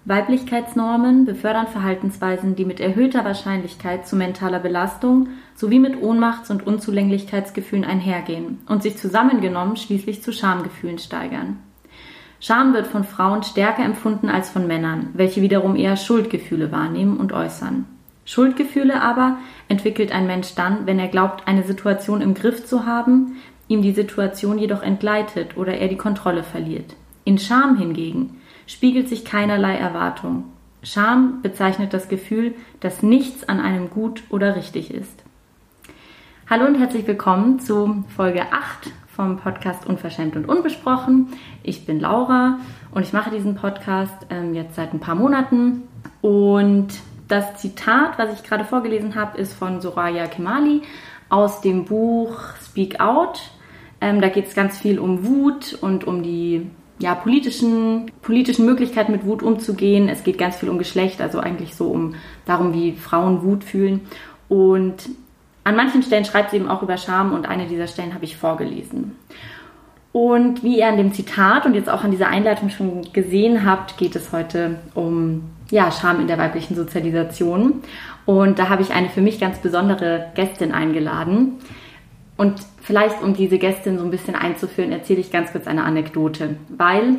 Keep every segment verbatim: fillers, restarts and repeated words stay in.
Weiblichkeitsnormen befördern Verhaltensweisen, die mit erhöhter Wahrscheinlichkeit zu mentaler Belastung sowie mit Ohnmachts- und Unzulänglichkeitsgefühlen einhergehen und sich zusammengenommen schließlich zu Schamgefühlen steigern. Scham wird von Frauen stärker empfunden als von Männern, welche wiederum eher Schuldgefühle wahrnehmen und äußern. Schuldgefühle aber entwickelt ein Mensch dann, wenn er glaubt, eine Situation im Griff zu haben, ihm die Situation jedoch entgleitet oder er die Kontrolle verliert. In Scham hingegen spiegelt sich keinerlei Erwartung. Scham bezeichnet das Gefühl, dass nichts an einem gut oder richtig ist. Hallo und herzlich willkommen zu Folge acht vom Podcast Unverschämt und Unbesprochen. Ich bin Laura und ich mache diesen Podcast ähm, jetzt seit ein paar Monaten. Und das Zitat, was ich gerade vorgelesen habe, ist von Soraya Kemali aus dem Buch Speak Out. Ähm, da geht es ganz viel um Wut und um die ja, politischen, politischen Möglichkeiten mit Wut umzugehen. Es geht ganz viel um Geschlecht, also eigentlich so um darum, wie Frauen Wut fühlen. Und an manchen Stellen schreibt sie eben auch über Scham und eine dieser Stellen habe ich vorgelesen. Und wie ihr an dem Zitat und jetzt auch an dieser Einleitung schon gesehen habt, geht es heute um ja, Scham in der weiblichen Sozialisation. Und da habe ich eine für mich ganz besondere Gästin eingeladen. Und vielleicht, um diese Gästin so ein bisschen einzuführen, erzähle ich ganz kurz eine Anekdote. Weil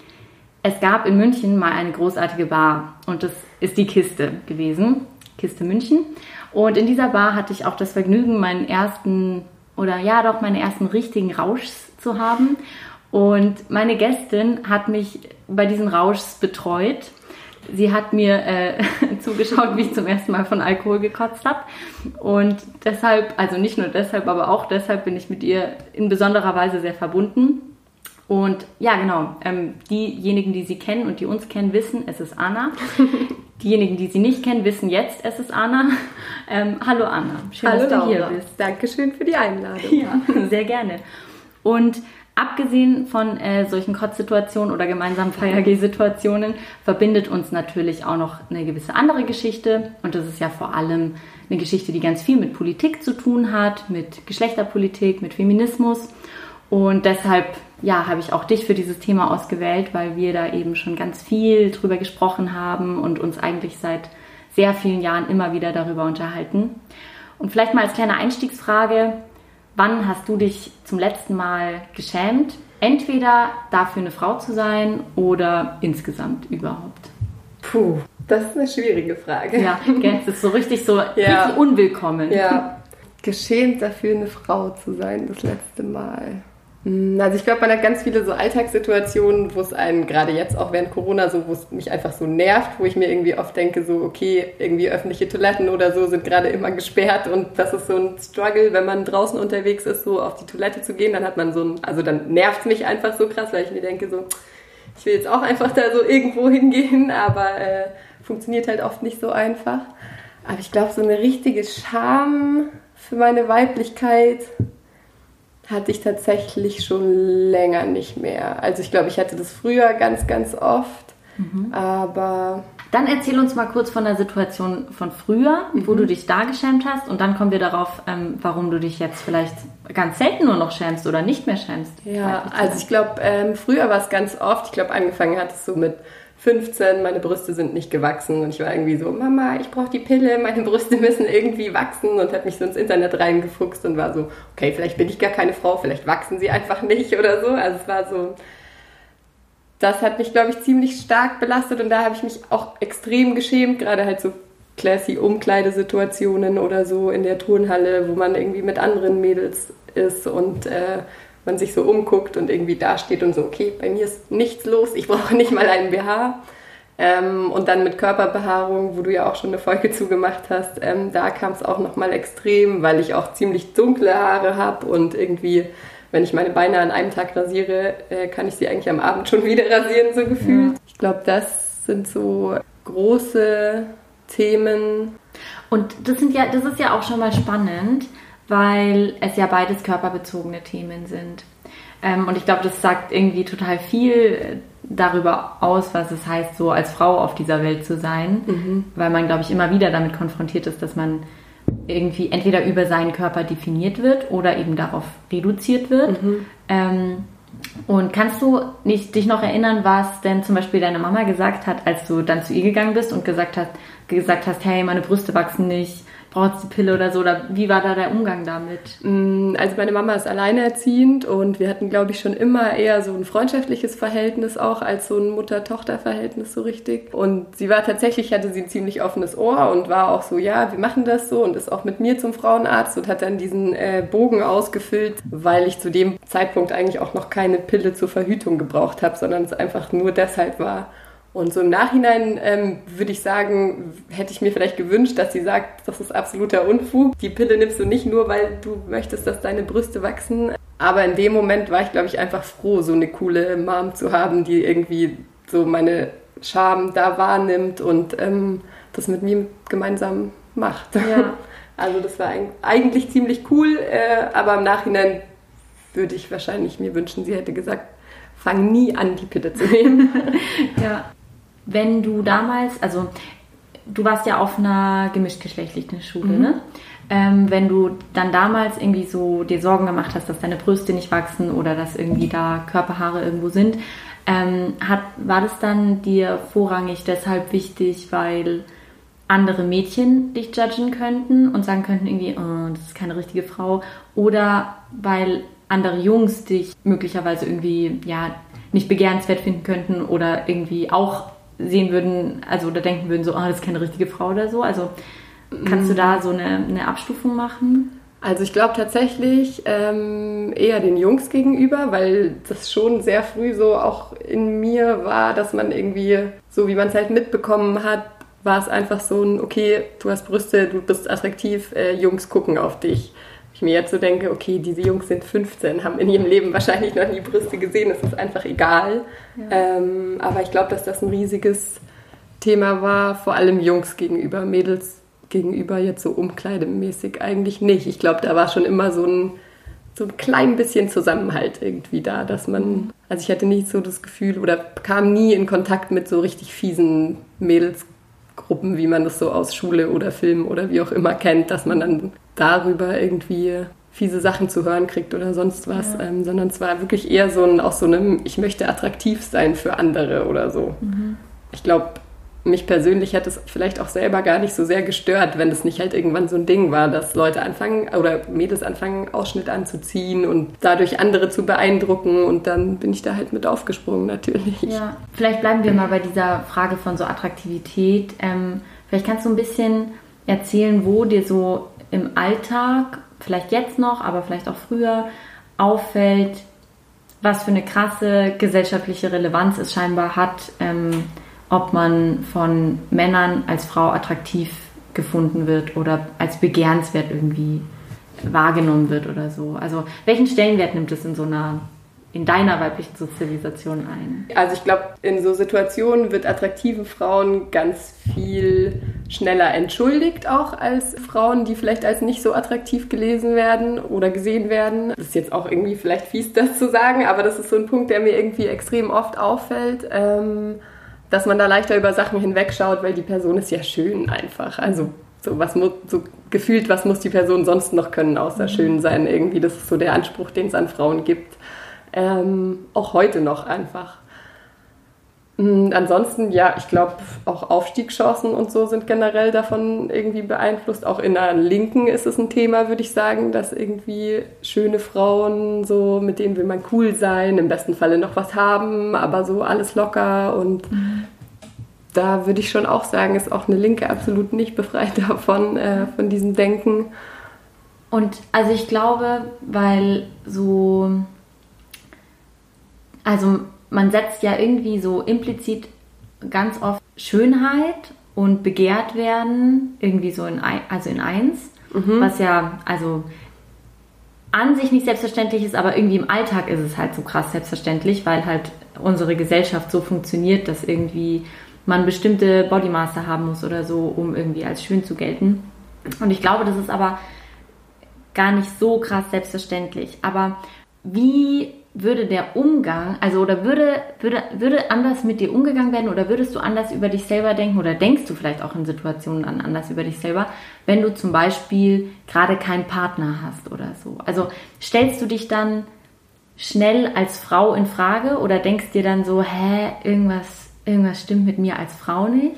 es gab in München mal eine großartige Bar und das ist die Kiste gewesen, Kiste München. Und in dieser Bar hatte ich auch das Vergnügen, meinen ersten, oder ja doch, meine ersten richtigen Rauschs zu haben. Und meine Gästin hat mich bei diesen Rauschs betreut. Sie hat mir äh, zugeschaut, wie ich zum ersten Mal von Alkohol gekotzt habe. Und deshalb, also nicht nur deshalb, aber auch deshalb bin ich mit ihr in besonderer Weise sehr verbunden. Und ja, genau, ähm, diejenigen, die sie kennen und die uns kennen, wissen, es ist Anna. Diejenigen, die sie nicht kennen, wissen jetzt, es ist Anna. Ähm, hallo Anna, schön, hallo, dass du Laura. Hier bist. Dankeschön für die Einladung. Ja, sehr gerne. Und abgesehen von äh, solchen Kotzsituationen oder gemeinsamen Feier-G-Situationen verbindet uns natürlich auch noch eine gewisse andere Geschichte. Und das ist ja vor allem eine Geschichte, die ganz viel mit Politik zu tun hat, mit Geschlechterpolitik, mit Feminismus. Und deshalb ja, habe ich auch dich für dieses Thema ausgewählt, weil wir da eben schon ganz viel drüber gesprochen haben und uns eigentlich seit sehr vielen Jahren immer wieder darüber unterhalten. Und vielleicht mal als kleine Einstiegsfrage: Wann hast du dich zum letzten Mal geschämt? Entweder dafür eine Frau zu sein oder insgesamt überhaupt? Puh, das ist eine schwierige Frage. Ja, das ist so richtig so ja. richtig unwillkommen. Ja, geschämt dafür eine Frau zu sein das letzte Mal. Also ich glaube, man hat ganz viele so Alltagssituationen, wo es einen, gerade jetzt auch während Corona, so, wo es mich einfach so nervt, wo ich mir irgendwie oft denke, so okay, irgendwie öffentliche Toiletten oder so sind gerade immer gesperrt und das ist so ein Struggle, wenn man draußen unterwegs ist, so auf die Toilette zu gehen, dann hat man so ein, also dann nervt es mich einfach so krass, weil ich mir denke, so ich will jetzt auch einfach da so irgendwo hingehen, aber äh, funktioniert halt oft nicht so einfach. Aber ich glaube, so eine richtige Scham für meine Weiblichkeit hatte ich tatsächlich schon länger nicht mehr. Also ich glaube, ich hatte das früher ganz, ganz oft, mhm. aber... Dann erzähl uns mal kurz von der Situation von früher, mhm. wo du dich da geschämt hast und dann kommen wir darauf, ähm, warum du dich jetzt vielleicht ganz selten nur noch schämst oder nicht mehr schämst. Ja, also ich glaube, ähm, früher war es ganz oft, ich glaube, angefangen hat es so mit fünfzehn, meine Brüste sind nicht gewachsen und ich war irgendwie so, Mama, ich brauche die Pille, meine Brüste müssen irgendwie wachsen und habe mich so ins Internet reingefuchst und war so, okay, vielleicht bin ich gar keine Frau, vielleicht wachsen sie einfach nicht oder so. Also es war so, das hat mich, glaube ich, ziemlich stark belastet und da habe ich mich auch extrem geschämt, gerade halt so classy Umkleidesituationen oder so in der Turnhalle, wo man irgendwie mit anderen Mädels ist und äh, man sich so umguckt und irgendwie dasteht und so, okay, bei mir ist nichts los, ich brauche nicht mal einen B H. Ähm, und dann mit Körperbehaarung, wo du ja auch schon eine Folge zugemacht hast, ähm, da kam es auch nochmal extrem, weil ich auch ziemlich dunkle Haare habe und irgendwie, wenn ich meine Beine an einem Tag rasiere, äh, kann ich sie eigentlich am Abend schon wieder rasieren, so gefühlt. Ja. Ich glaube, das sind so große Themen. Und das sind ja, das ist ja auch schon mal spannend, weil es ja beides körperbezogene Themen sind. Ähm, und ich glaube, das sagt irgendwie total viel darüber aus, was es heißt, so als Frau auf dieser Welt zu sein. Mhm. Weil man, glaube ich, immer wieder damit konfrontiert ist, dass man irgendwie entweder über seinen Körper definiert wird oder eben darauf reduziert wird. Mhm. Ähm, Und kannst du nicht, dich noch erinnern, was denn zum Beispiel deine Mama gesagt hat, als du dann zu ihr gegangen bist und gesagt hast, gesagt hast, hey, meine Brüste wachsen nicht, brauchst du die Pille oder so? Oder wie war da der Umgang damit? Also meine Mama ist alleinerziehend und wir hatten, glaube ich, schon immer eher so ein freundschaftliches Verhältnis auch als so ein Mutter-Tochter-Verhältnis so richtig. Und sie war tatsächlich, hatte sie ein ziemlich offenes Ohr und war auch so, ja, wir machen das so, und ist auch mit mir zum Frauenarzt und hat dann diesen äh, Bogen ausgefüllt, weil ich zu dem Zeitpunkt eigentlich auch noch keine Pille zur Verhütung gebraucht habe, sondern es einfach nur deshalb war. Und so im Nachhinein ähm, würde ich sagen, hätte ich mir vielleicht gewünscht, dass sie sagt, das ist absoluter Unfug. Die Pille nimmst du nicht nur, weil du möchtest, dass deine Brüste wachsen. Aber in dem Moment war ich, glaube ich, einfach froh, so eine coole Mom zu haben, die irgendwie so meine Scham da wahrnimmt und ähm, das mit mir gemeinsam macht. Ja. Also das war eigentlich ziemlich cool, äh, aber im Nachhinein würde ich wahrscheinlich mir wünschen, sie hätte gesagt, fang nie an, die Pille zu nehmen. Ja. Wenn du damals, also du warst ja auf einer gemischtgeschlechtlichen Schule, mhm. ne? Ähm, wenn du dann damals irgendwie so dir Sorgen gemacht hast, dass deine Brüste nicht wachsen oder dass irgendwie da Körperhaare irgendwo sind, ähm, hat, war das dann dir vorrangig deshalb wichtig, weil andere Mädchen dich judgen könnten und sagen könnten irgendwie, oh, das ist keine richtige Frau, oder weil andere Jungs dich möglicherweise irgendwie ja nicht begehrenswert finden könnten oder irgendwie auch sehen würden, also oder denken würden, so, oh, das ist keine richtige Frau oder so. Also kannst du da so eine, eine Abstufung machen? Also ich glaube tatsächlich ähm, eher den Jungs gegenüber, weil das schon sehr früh so auch in mir war, dass man irgendwie, so wie man es halt mitbekommen hat, war es einfach so ein, okay, du hast Brüste, du bist attraktiv, äh, Jungs gucken auf dich. Ich mir jetzt so denke, okay, diese Jungs sind fünfzehn, haben in ihrem Leben wahrscheinlich noch nie Brüste gesehen, es ist einfach egal. Ja. Ähm, aber ich glaube, dass das ein riesiges Thema war, vor allem Jungs gegenüber, Mädels gegenüber jetzt so umkleidemäßig eigentlich nicht. Ich glaube, da war schon immer so ein, so ein klein bisschen Zusammenhalt irgendwie da, dass man, also ich hatte nicht so das Gefühl oder kam nie in Kontakt mit so richtig fiesen Mädelsgruppen, wie man das so aus Schule oder Film oder wie auch immer kennt, dass man dann darüber irgendwie fiese Sachen zu hören kriegt oder sonst was, ja. ähm, sondern es war wirklich eher so ein, aus so einem, ich möchte attraktiv sein für andere oder so. Mhm. Ich glaube, mich persönlich hat es vielleicht auch selber gar nicht so sehr gestört, wenn es nicht halt irgendwann so ein Ding war, dass Leute anfangen oder Mädels anfangen, Ausschnitt anzuziehen und dadurch andere zu beeindrucken, und dann bin ich da halt mit aufgesprungen natürlich. Ja, vielleicht bleiben wir mal bei dieser Frage von so Attraktivität. Ähm, vielleicht kannst du ein bisschen erzählen, wo dir so im Alltag, vielleicht jetzt noch, aber vielleicht auch früher, auffällt, was für eine krasse gesellschaftliche Relevanz es scheinbar hat, ähm, ob man von Männern als Frau attraktiv gefunden wird oder als begehrenswert irgendwie wahrgenommen wird oder so. Also welchen Stellenwert nimmt es in so einer, in deiner weiblichen Sozialisation ein? Also ich glaube, in so Situationen wird attraktiven Frauen ganz viel schneller entschuldigt auch als Frauen, die vielleicht als nicht so attraktiv gelesen werden oder gesehen werden. Das ist jetzt auch irgendwie vielleicht fies, das zu sagen, aber das ist so ein Punkt, der mir irgendwie extrem oft auffällt, ähm, dass man da leichter über Sachen hinwegschaut, weil die Person ist ja schön einfach. Also so, was muss, so gefühlt, was muss die Person sonst noch können, außer mhm. schön sein irgendwie. Das ist so der Anspruch, den es an Frauen gibt. Ähm, auch heute noch einfach. Und ansonsten, ja, ich glaube, auch Aufstiegschancen und so sind generell davon irgendwie beeinflusst. Auch in der Linken ist es ein Thema, würde ich sagen, dass irgendwie schöne Frauen, so mit denen will man cool sein, im besten Falle noch was haben, aber so alles locker. Und mhm. da würde ich schon auch sagen, ist auch eine Linke absolut nicht befreit davon, äh, von diesem Denken. Und also ich glaube, weil so... Also man setzt ja irgendwie so implizit ganz oft Schönheit und begehrt werden irgendwie so in, ein, also in eins, mhm. was ja also an sich nicht selbstverständlich ist, aber irgendwie im Alltag ist es halt so krass selbstverständlich, weil halt unsere Gesellschaft so funktioniert, dass irgendwie man bestimmte Bodymaße haben muss oder so, um irgendwie als schön zu gelten. Und ich glaube, das ist aber gar nicht so krass selbstverständlich. Aber wie würde der Umgang, also oder würde, würde, würde anders mit dir umgegangen werden oder würdest du anders über dich selber denken oder denkst du vielleicht auch in Situationen dann anders über dich selber, wenn du zum Beispiel gerade keinen Partner hast oder so? Also stellst du dich dann schnell als Frau in Frage oder denkst dir dann so, hä, irgendwas, irgendwas stimmt mit mir als Frau nicht?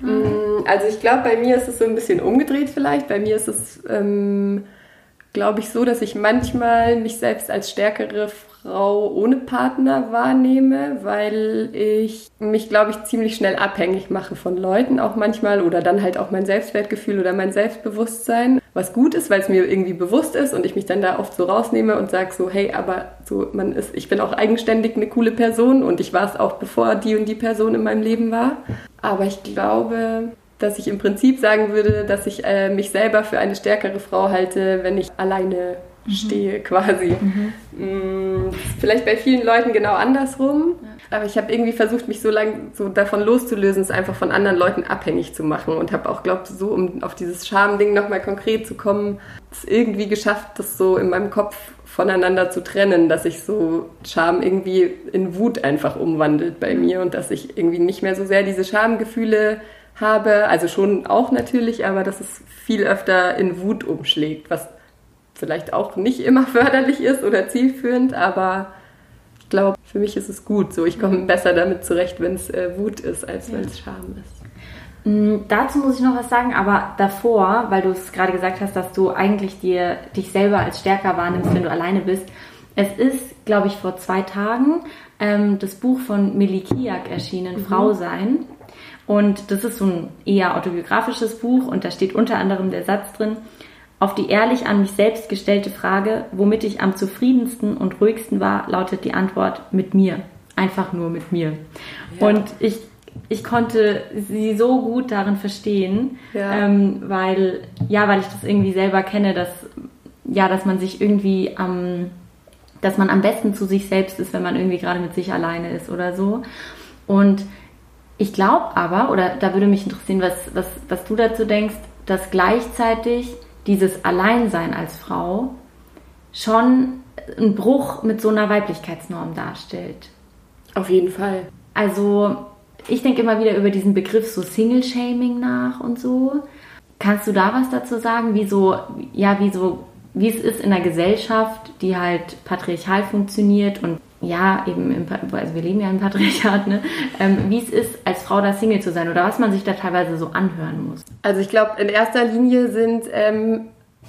Also ich glaube, bei mir ist es so ein bisschen umgedreht vielleicht. Bei mir ist es, ähm, glaube ich, so, dass ich manchmal mich selbst als stärkere Frau ohne Partner wahrnehme, weil ich mich, glaube ich, ziemlich schnell abhängig mache von Leuten auch manchmal oder dann halt auch mein Selbstwertgefühl oder mein Selbstbewusstsein, was gut ist, weil es mir irgendwie bewusst ist und ich mich dann da oft so rausnehme und sage so, hey, aber so man ist, ich bin auch eigenständig eine coole Person und ich war es auch, bevor die und die Person in meinem Leben war. Aber ich glaube, dass ich im Prinzip sagen würde, dass ich äh, mich selber für eine stärkere Frau halte, wenn ich alleine mhm. stehe quasi. Mhm. Hm, vielleicht bei vielen Leuten genau andersrum. Ja. Aber ich habe irgendwie versucht, mich so lange so davon loszulösen, es einfach von anderen Leuten abhängig zu machen. Und habe auch, glaube ich, so, um auf dieses Scham-Ding nochmal konkret zu kommen, es irgendwie geschafft, das so in meinem Kopf voneinander zu trennen, dass ich so Scham irgendwie in Wut einfach umwandelt bei mir und dass ich irgendwie nicht mehr so sehr diese Schamgefühle habe, also schon auch natürlich, aber dass es viel öfter in Wut umschlägt, was vielleicht auch nicht immer förderlich ist oder zielführend, aber ich glaube, für mich ist es gut so. Ich komme besser damit zurecht, wenn es äh, Wut ist, als ja. wenn es Scham ist. Mhm, dazu muss ich noch was sagen, aber davor, weil du es gerade gesagt hast, dass du eigentlich dir dich selber als stärker wahrnimmst, wenn du alleine bist. Es ist, glaube ich, vor zwei Tagen ähm, das Buch von Millie Kiak erschienen, mhm. Frau sein. Und das ist so ein eher autobiografisches Buch und da steht unter anderem der Satz drin, auf die ehrlich an mich selbst gestellte Frage, womit ich am zufriedensten und ruhigsten war, lautet die Antwort mit mir. Einfach nur mit mir. Ja. Und ich, ich konnte sie so gut darin verstehen, ja. ähm, weil, ja, weil ich das irgendwie selber kenne, dass, ja, dass man sich irgendwie am, dass man am besten zu sich selbst ist, wenn man irgendwie gerade mit sich alleine ist oder so. Und ich glaube aber, oder da würde mich interessieren, was, was, was du dazu denkst, dass gleichzeitig dieses Alleinsein als Frau schon einen Bruch mit so einer Weiblichkeitsnorm darstellt. Auf jeden Fall. Also ich denke immer wieder über diesen Begriff so Single-Shaming nach und so. Kannst du da was dazu sagen, wie so, ja, wie so, wie es ist in einer Gesellschaft, die halt patriarchal funktioniert und ja, eben, im, also wir leben ja im Patriarchat, ne? Ähm, wie es ist, als Frau da Single zu sein oder was man sich da teilweise so anhören muss. Also ich glaube, in erster Linie sind ähm,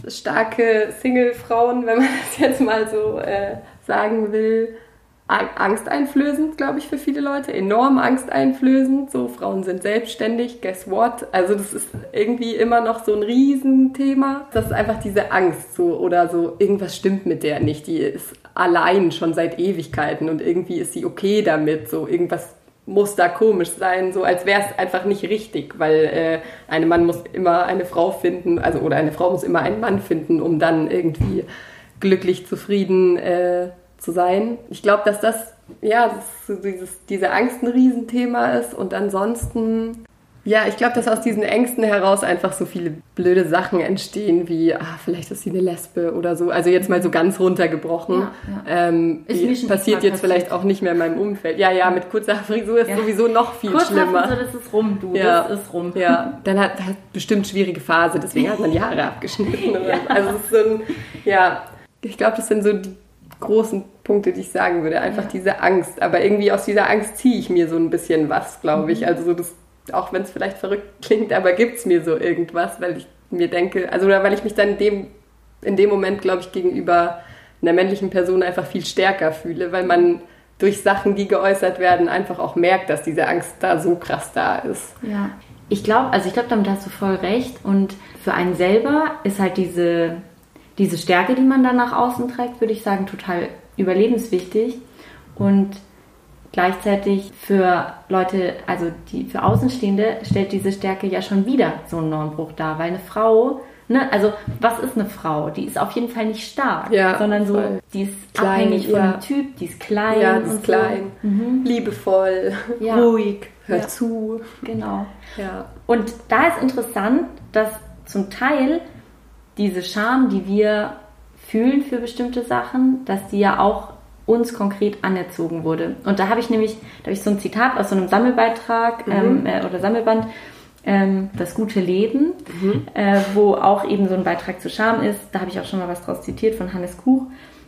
starke Single-Frauen, wenn man das jetzt mal so äh, sagen will, angsteinflößend, glaube ich, für viele Leute. Enorm angsteinflößend. So, Frauen sind selbstständig, guess what? Also das ist irgendwie immer noch so ein Riesenthema. Das ist einfach diese Angst so oder so, irgendwas stimmt mit der nicht. Die ist allein schon seit Ewigkeiten und irgendwie ist sie okay damit. So, irgendwas muss da komisch sein, so als wäre es einfach nicht richtig, weil äh, ein Mann muss immer eine Frau finden, also oder eine Frau muss immer einen Mann finden, um dann irgendwie glücklich, zufrieden äh, zu sein. Ich glaube, dass das, ja, das, dieses, diese Angst ein Riesenthema ist und ansonsten, ja, ich glaube, dass aus diesen Ängsten heraus einfach so viele blöde Sachen entstehen, wie, ah, vielleicht ist sie eine Lesbe oder so, also jetzt mal so ganz runtergebrochen. Ja, ja. Ähm, passiert jetzt passiert. Vielleicht auch nicht mehr in meinem Umfeld. Ja, ja, mit kurzer Frisur ist ja. sowieso noch viel Kurz schlimmer. Frisur, das ist rum, du, ja. das ist rum. Ja, dann hat, hat bestimmt schwierige Phase, deswegen hat man die Haare abgeschnitten. Ja. Also es ist so ein, ja, ich glaube, das sind so die großen Punkte, die ich sagen würde. Einfach ja. diese Angst. Aber irgendwie aus dieser Angst ziehe ich mir so ein bisschen was, glaube ich. Also so das, auch wenn es vielleicht verrückt klingt, aber gibt es mir so irgendwas, weil ich mir denke, also oder weil ich mich dann in dem, in dem Moment, glaube ich, gegenüber einer männlichen Person einfach viel stärker fühle, weil man durch Sachen, die geäußert werden, einfach auch merkt, dass diese Angst da so krass da ist. Ja, ich glaube, also ich glaube, damit hast du voll recht. Und für einen selber ist halt diese Diese Stärke, die man dann nach außen trägt, würde ich sagen, total überlebenswichtig. Und gleichzeitig für Leute, also die für Außenstehende, stellt diese Stärke ja schon wieder so einen Normbruch dar. Weil eine Frau, ne, also was ist eine Frau? Die ist auf jeden Fall nicht stark, ja, sondern so, voll. Die ist klein, abhängig ja. von dem Typ, die ist klein. Ja, die ist und klein, so. mhm. liebevoll, ja. ruhig, hört ja. zu. Genau. Ja. Und da ist interessant, dass zum Teil diese Scham, die wir fühlen für bestimmte Sachen, dass die ja auch uns konkret anerzogen wurde. Und da habe ich nämlich, da habe ich so ein Zitat aus so einem Sammelbeitrag mhm. ähm, äh, oder Sammelband, ähm, Das gute Leben, mhm. äh, wo auch eben so ein Beitrag zur Scham ist. Da habe ich auch schon mal was draus zitiert von Hannes Kuch.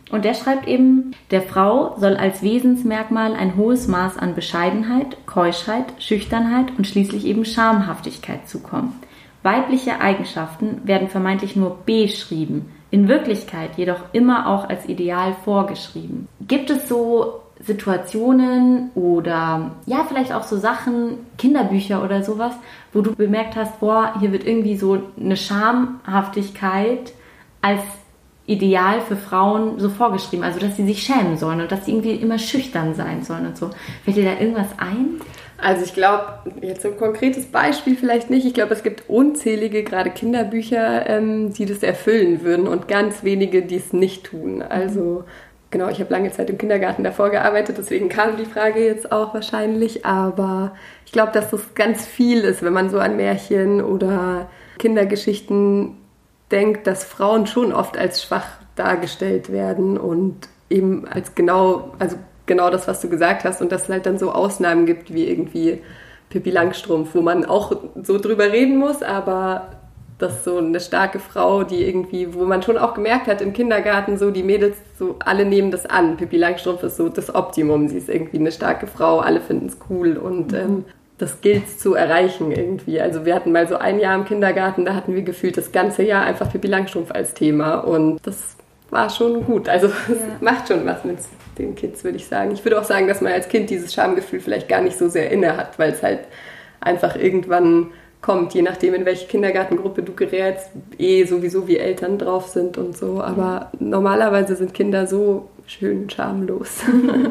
Und der schreibt eben, der Frau soll als Wesensmerkmal ein hohes Maß an Bescheidenheit, Keuschheit, Schüchternheit und schließlich eben Schamhaftigkeit zukommen. Weibliche Eigenschaften werden vermeintlich nur beschrieben, in Wirklichkeit jedoch immer auch als Ideal vorgeschrieben. Gibt es so Situationen oder ja, vielleicht auch so Sachen, Kinderbücher oder sowas, wo du bemerkt hast, boah, hier wird irgendwie so eine Schamhaftigkeit als Ideal für Frauen so vorgeschrieben, also dass sie sich schämen sollen und dass sie irgendwie immer schüchtern sein sollen und so. Fällt dir da irgendwas ein? Also ich glaube, jetzt so ein konkretes Beispiel vielleicht nicht. Ich glaube, es gibt unzählige, gerade Kinderbücher, ähm, die das erfüllen würden und ganz wenige, die es nicht tun. Also genau, ich habe lange Zeit im Kindergarten davor gearbeitet, deswegen kam die Frage jetzt auch wahrscheinlich. Aber ich glaube, dass das ganz viel ist, wenn man so an Märchen oder Kindergeschichten denkt, dass Frauen schon oft als schwach dargestellt werden und eben als genau, also genau das, was du gesagt hast, und dass es halt dann so Ausnahmen gibt, wie irgendwie Pippi Langstrumpf, wo man auch so drüber reden muss, aber dass so eine starke Frau, die irgendwie, wo man schon auch gemerkt hat im Kindergarten, so die Mädels, so alle nehmen das an. Pippi Langstrumpf ist so das Optimum, sie ist irgendwie eine starke Frau, alle finden es cool und ähm, das gilt es zu erreichen irgendwie. Also wir hatten mal so ein Jahr im Kindergarten, da hatten wir gefühlt das ganze Jahr einfach Pippi Langstrumpf als Thema und das war schon gut. Also es ja. macht schon was mit den Kids, würde ich sagen. Ich würde auch sagen, dass man als Kind dieses Schamgefühl vielleicht gar nicht so sehr inne hat, weil es halt einfach irgendwann kommt, je nachdem, in welche Kindergartengruppe du gerätst, eh sowieso wie Eltern drauf sind und so. Aber normalerweise sind Kinder so schön schamlos.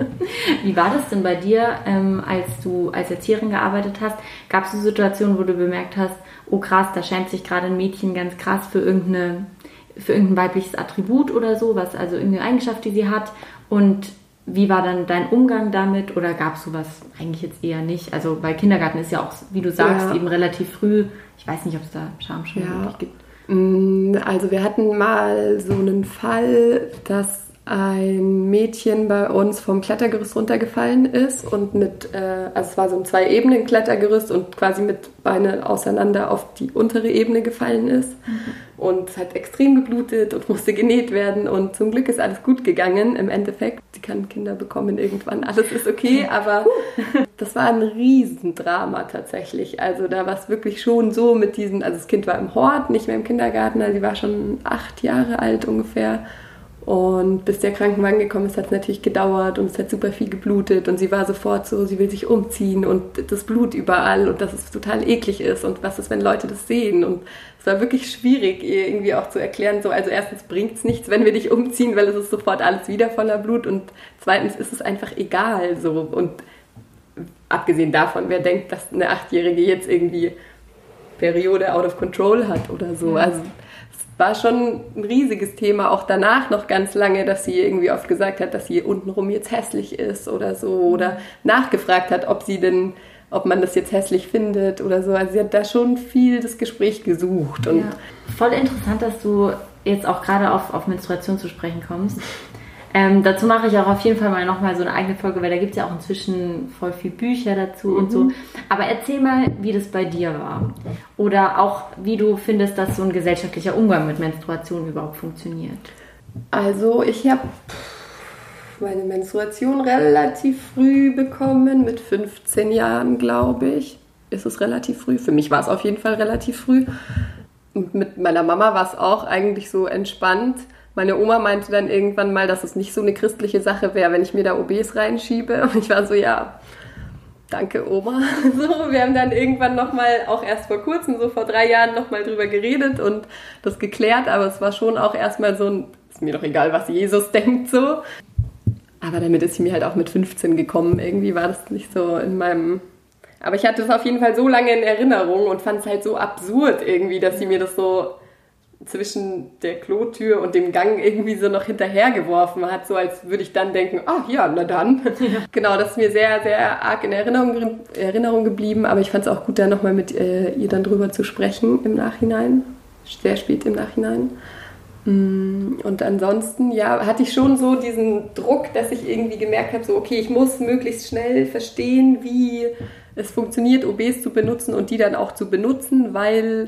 Wie war das denn bei dir, ähm, als du als Erzieherin gearbeitet hast? Gab es so Situationen, wo du bemerkt hast, oh krass, da schämt sich gerade ein Mädchen ganz krass für irgendeine, für irgendein weibliches Attribut oder so, was also irgendeine Eigenschaft, die sie hat? Und wie war dann dein Umgang damit? Oder gab es sowas eigentlich jetzt eher nicht? Also weil Kindergarten ist ja auch, wie du sagst, ja. eben relativ früh. Ich weiß nicht, ob es da Scham schon ja. wirklich gibt. Also wir hatten mal so einen Fall, dass ein Mädchen bei uns vom Klettergerüst runtergefallen ist und mit, äh, also es war so ein Zwei-Ebenen-Klettergerüst und quasi mit Beine auseinander auf die untere Ebene gefallen ist. Mhm. Und es hat extrem geblutet und musste genäht werden und zum Glück ist alles gut gegangen im Endeffekt. Sie kann Kinder bekommen irgendwann, alles ist okay, aber das war ein Riesendrama tatsächlich. Also da war es wirklich schon so mit diesen, also das Kind war im Hort, nicht mehr im Kindergarten, also sie war schon acht Jahre alt ungefähr. Und bis der Krankenwagen gekommen ist, hat es natürlich gedauert und es hat super viel geblutet und sie war sofort so, sie will sich umziehen und das Blut überall und dass es total eklig ist und was ist, wenn Leute das sehen. Und es war wirklich schwierig, ihr irgendwie auch zu erklären, so, also erstens bringt es nichts, wenn wir dich umziehen, weil es ist sofort alles wieder voller Blut und zweitens ist es einfach egal. So. Und abgesehen davon, wer denkt, dass eine Achtjährige jetzt irgendwie Periode out of control hat oder so, also war schon ein riesiges Thema, auch danach noch ganz lange, dass sie irgendwie oft gesagt hat, dass sie untenrum jetzt hässlich ist oder so oder nachgefragt hat, ob sie denn, ob man das jetzt hässlich findet oder so. Also sie hat da schon viel das Gespräch gesucht. Und ja. Voll interessant, dass du jetzt auch gerade auf, auf Menstruation zu sprechen kommst. Ähm, dazu mache ich auch auf jeden Fall mal nochmal so eine eigene Folge, weil da gibt es ja auch inzwischen voll viel Bücher dazu mhm. und so. Aber erzähl mal, wie das bei dir war. Oder auch, wie du findest, dass so ein gesellschaftlicher Umgang mit Menstruation überhaupt funktioniert. Also ich habe meine Menstruation relativ früh bekommen, mit fünfzehn Jahren, glaube ich. Ist es relativ früh? Für mich war es auf jeden Fall relativ früh. Und mit meiner Mama war es auch eigentlich so entspannt. Meine Oma meinte dann irgendwann mal, dass es nicht so eine christliche Sache wäre, wenn ich mir da O Bs reinschiebe. Und ich war so, ja, danke Oma. So, wir haben dann irgendwann nochmal, auch erst vor kurzem, so vor drei Jahren, nochmal drüber geredet und das geklärt. Aber es war schon auch erstmal so ein, ist mir doch egal, was Jesus denkt, so. Aber damit ist sie mir halt auch mit fünfzehn gekommen. Irgendwie war das nicht so in meinem... Aber ich hatte es auf jeden Fall so lange in Erinnerung und fand es halt so absurd irgendwie, dass sie mir das so zwischen der Klotür und dem Gang irgendwie so noch hinterhergeworfen hat, so als würde ich dann denken, ach ja, na dann. Ja. Genau, das ist mir sehr, sehr arg in Erinnerung, Erinnerung geblieben, aber ich fand es auch gut, da nochmal mit äh, ihr dann drüber zu sprechen im Nachhinein, sehr spät im Nachhinein. Und ansonsten, ja, hatte ich schon so diesen Druck, dass ich irgendwie gemerkt habe, so okay, ich muss möglichst schnell verstehen, wie es funktioniert, O Bs zu benutzen und die dann auch zu benutzen, weil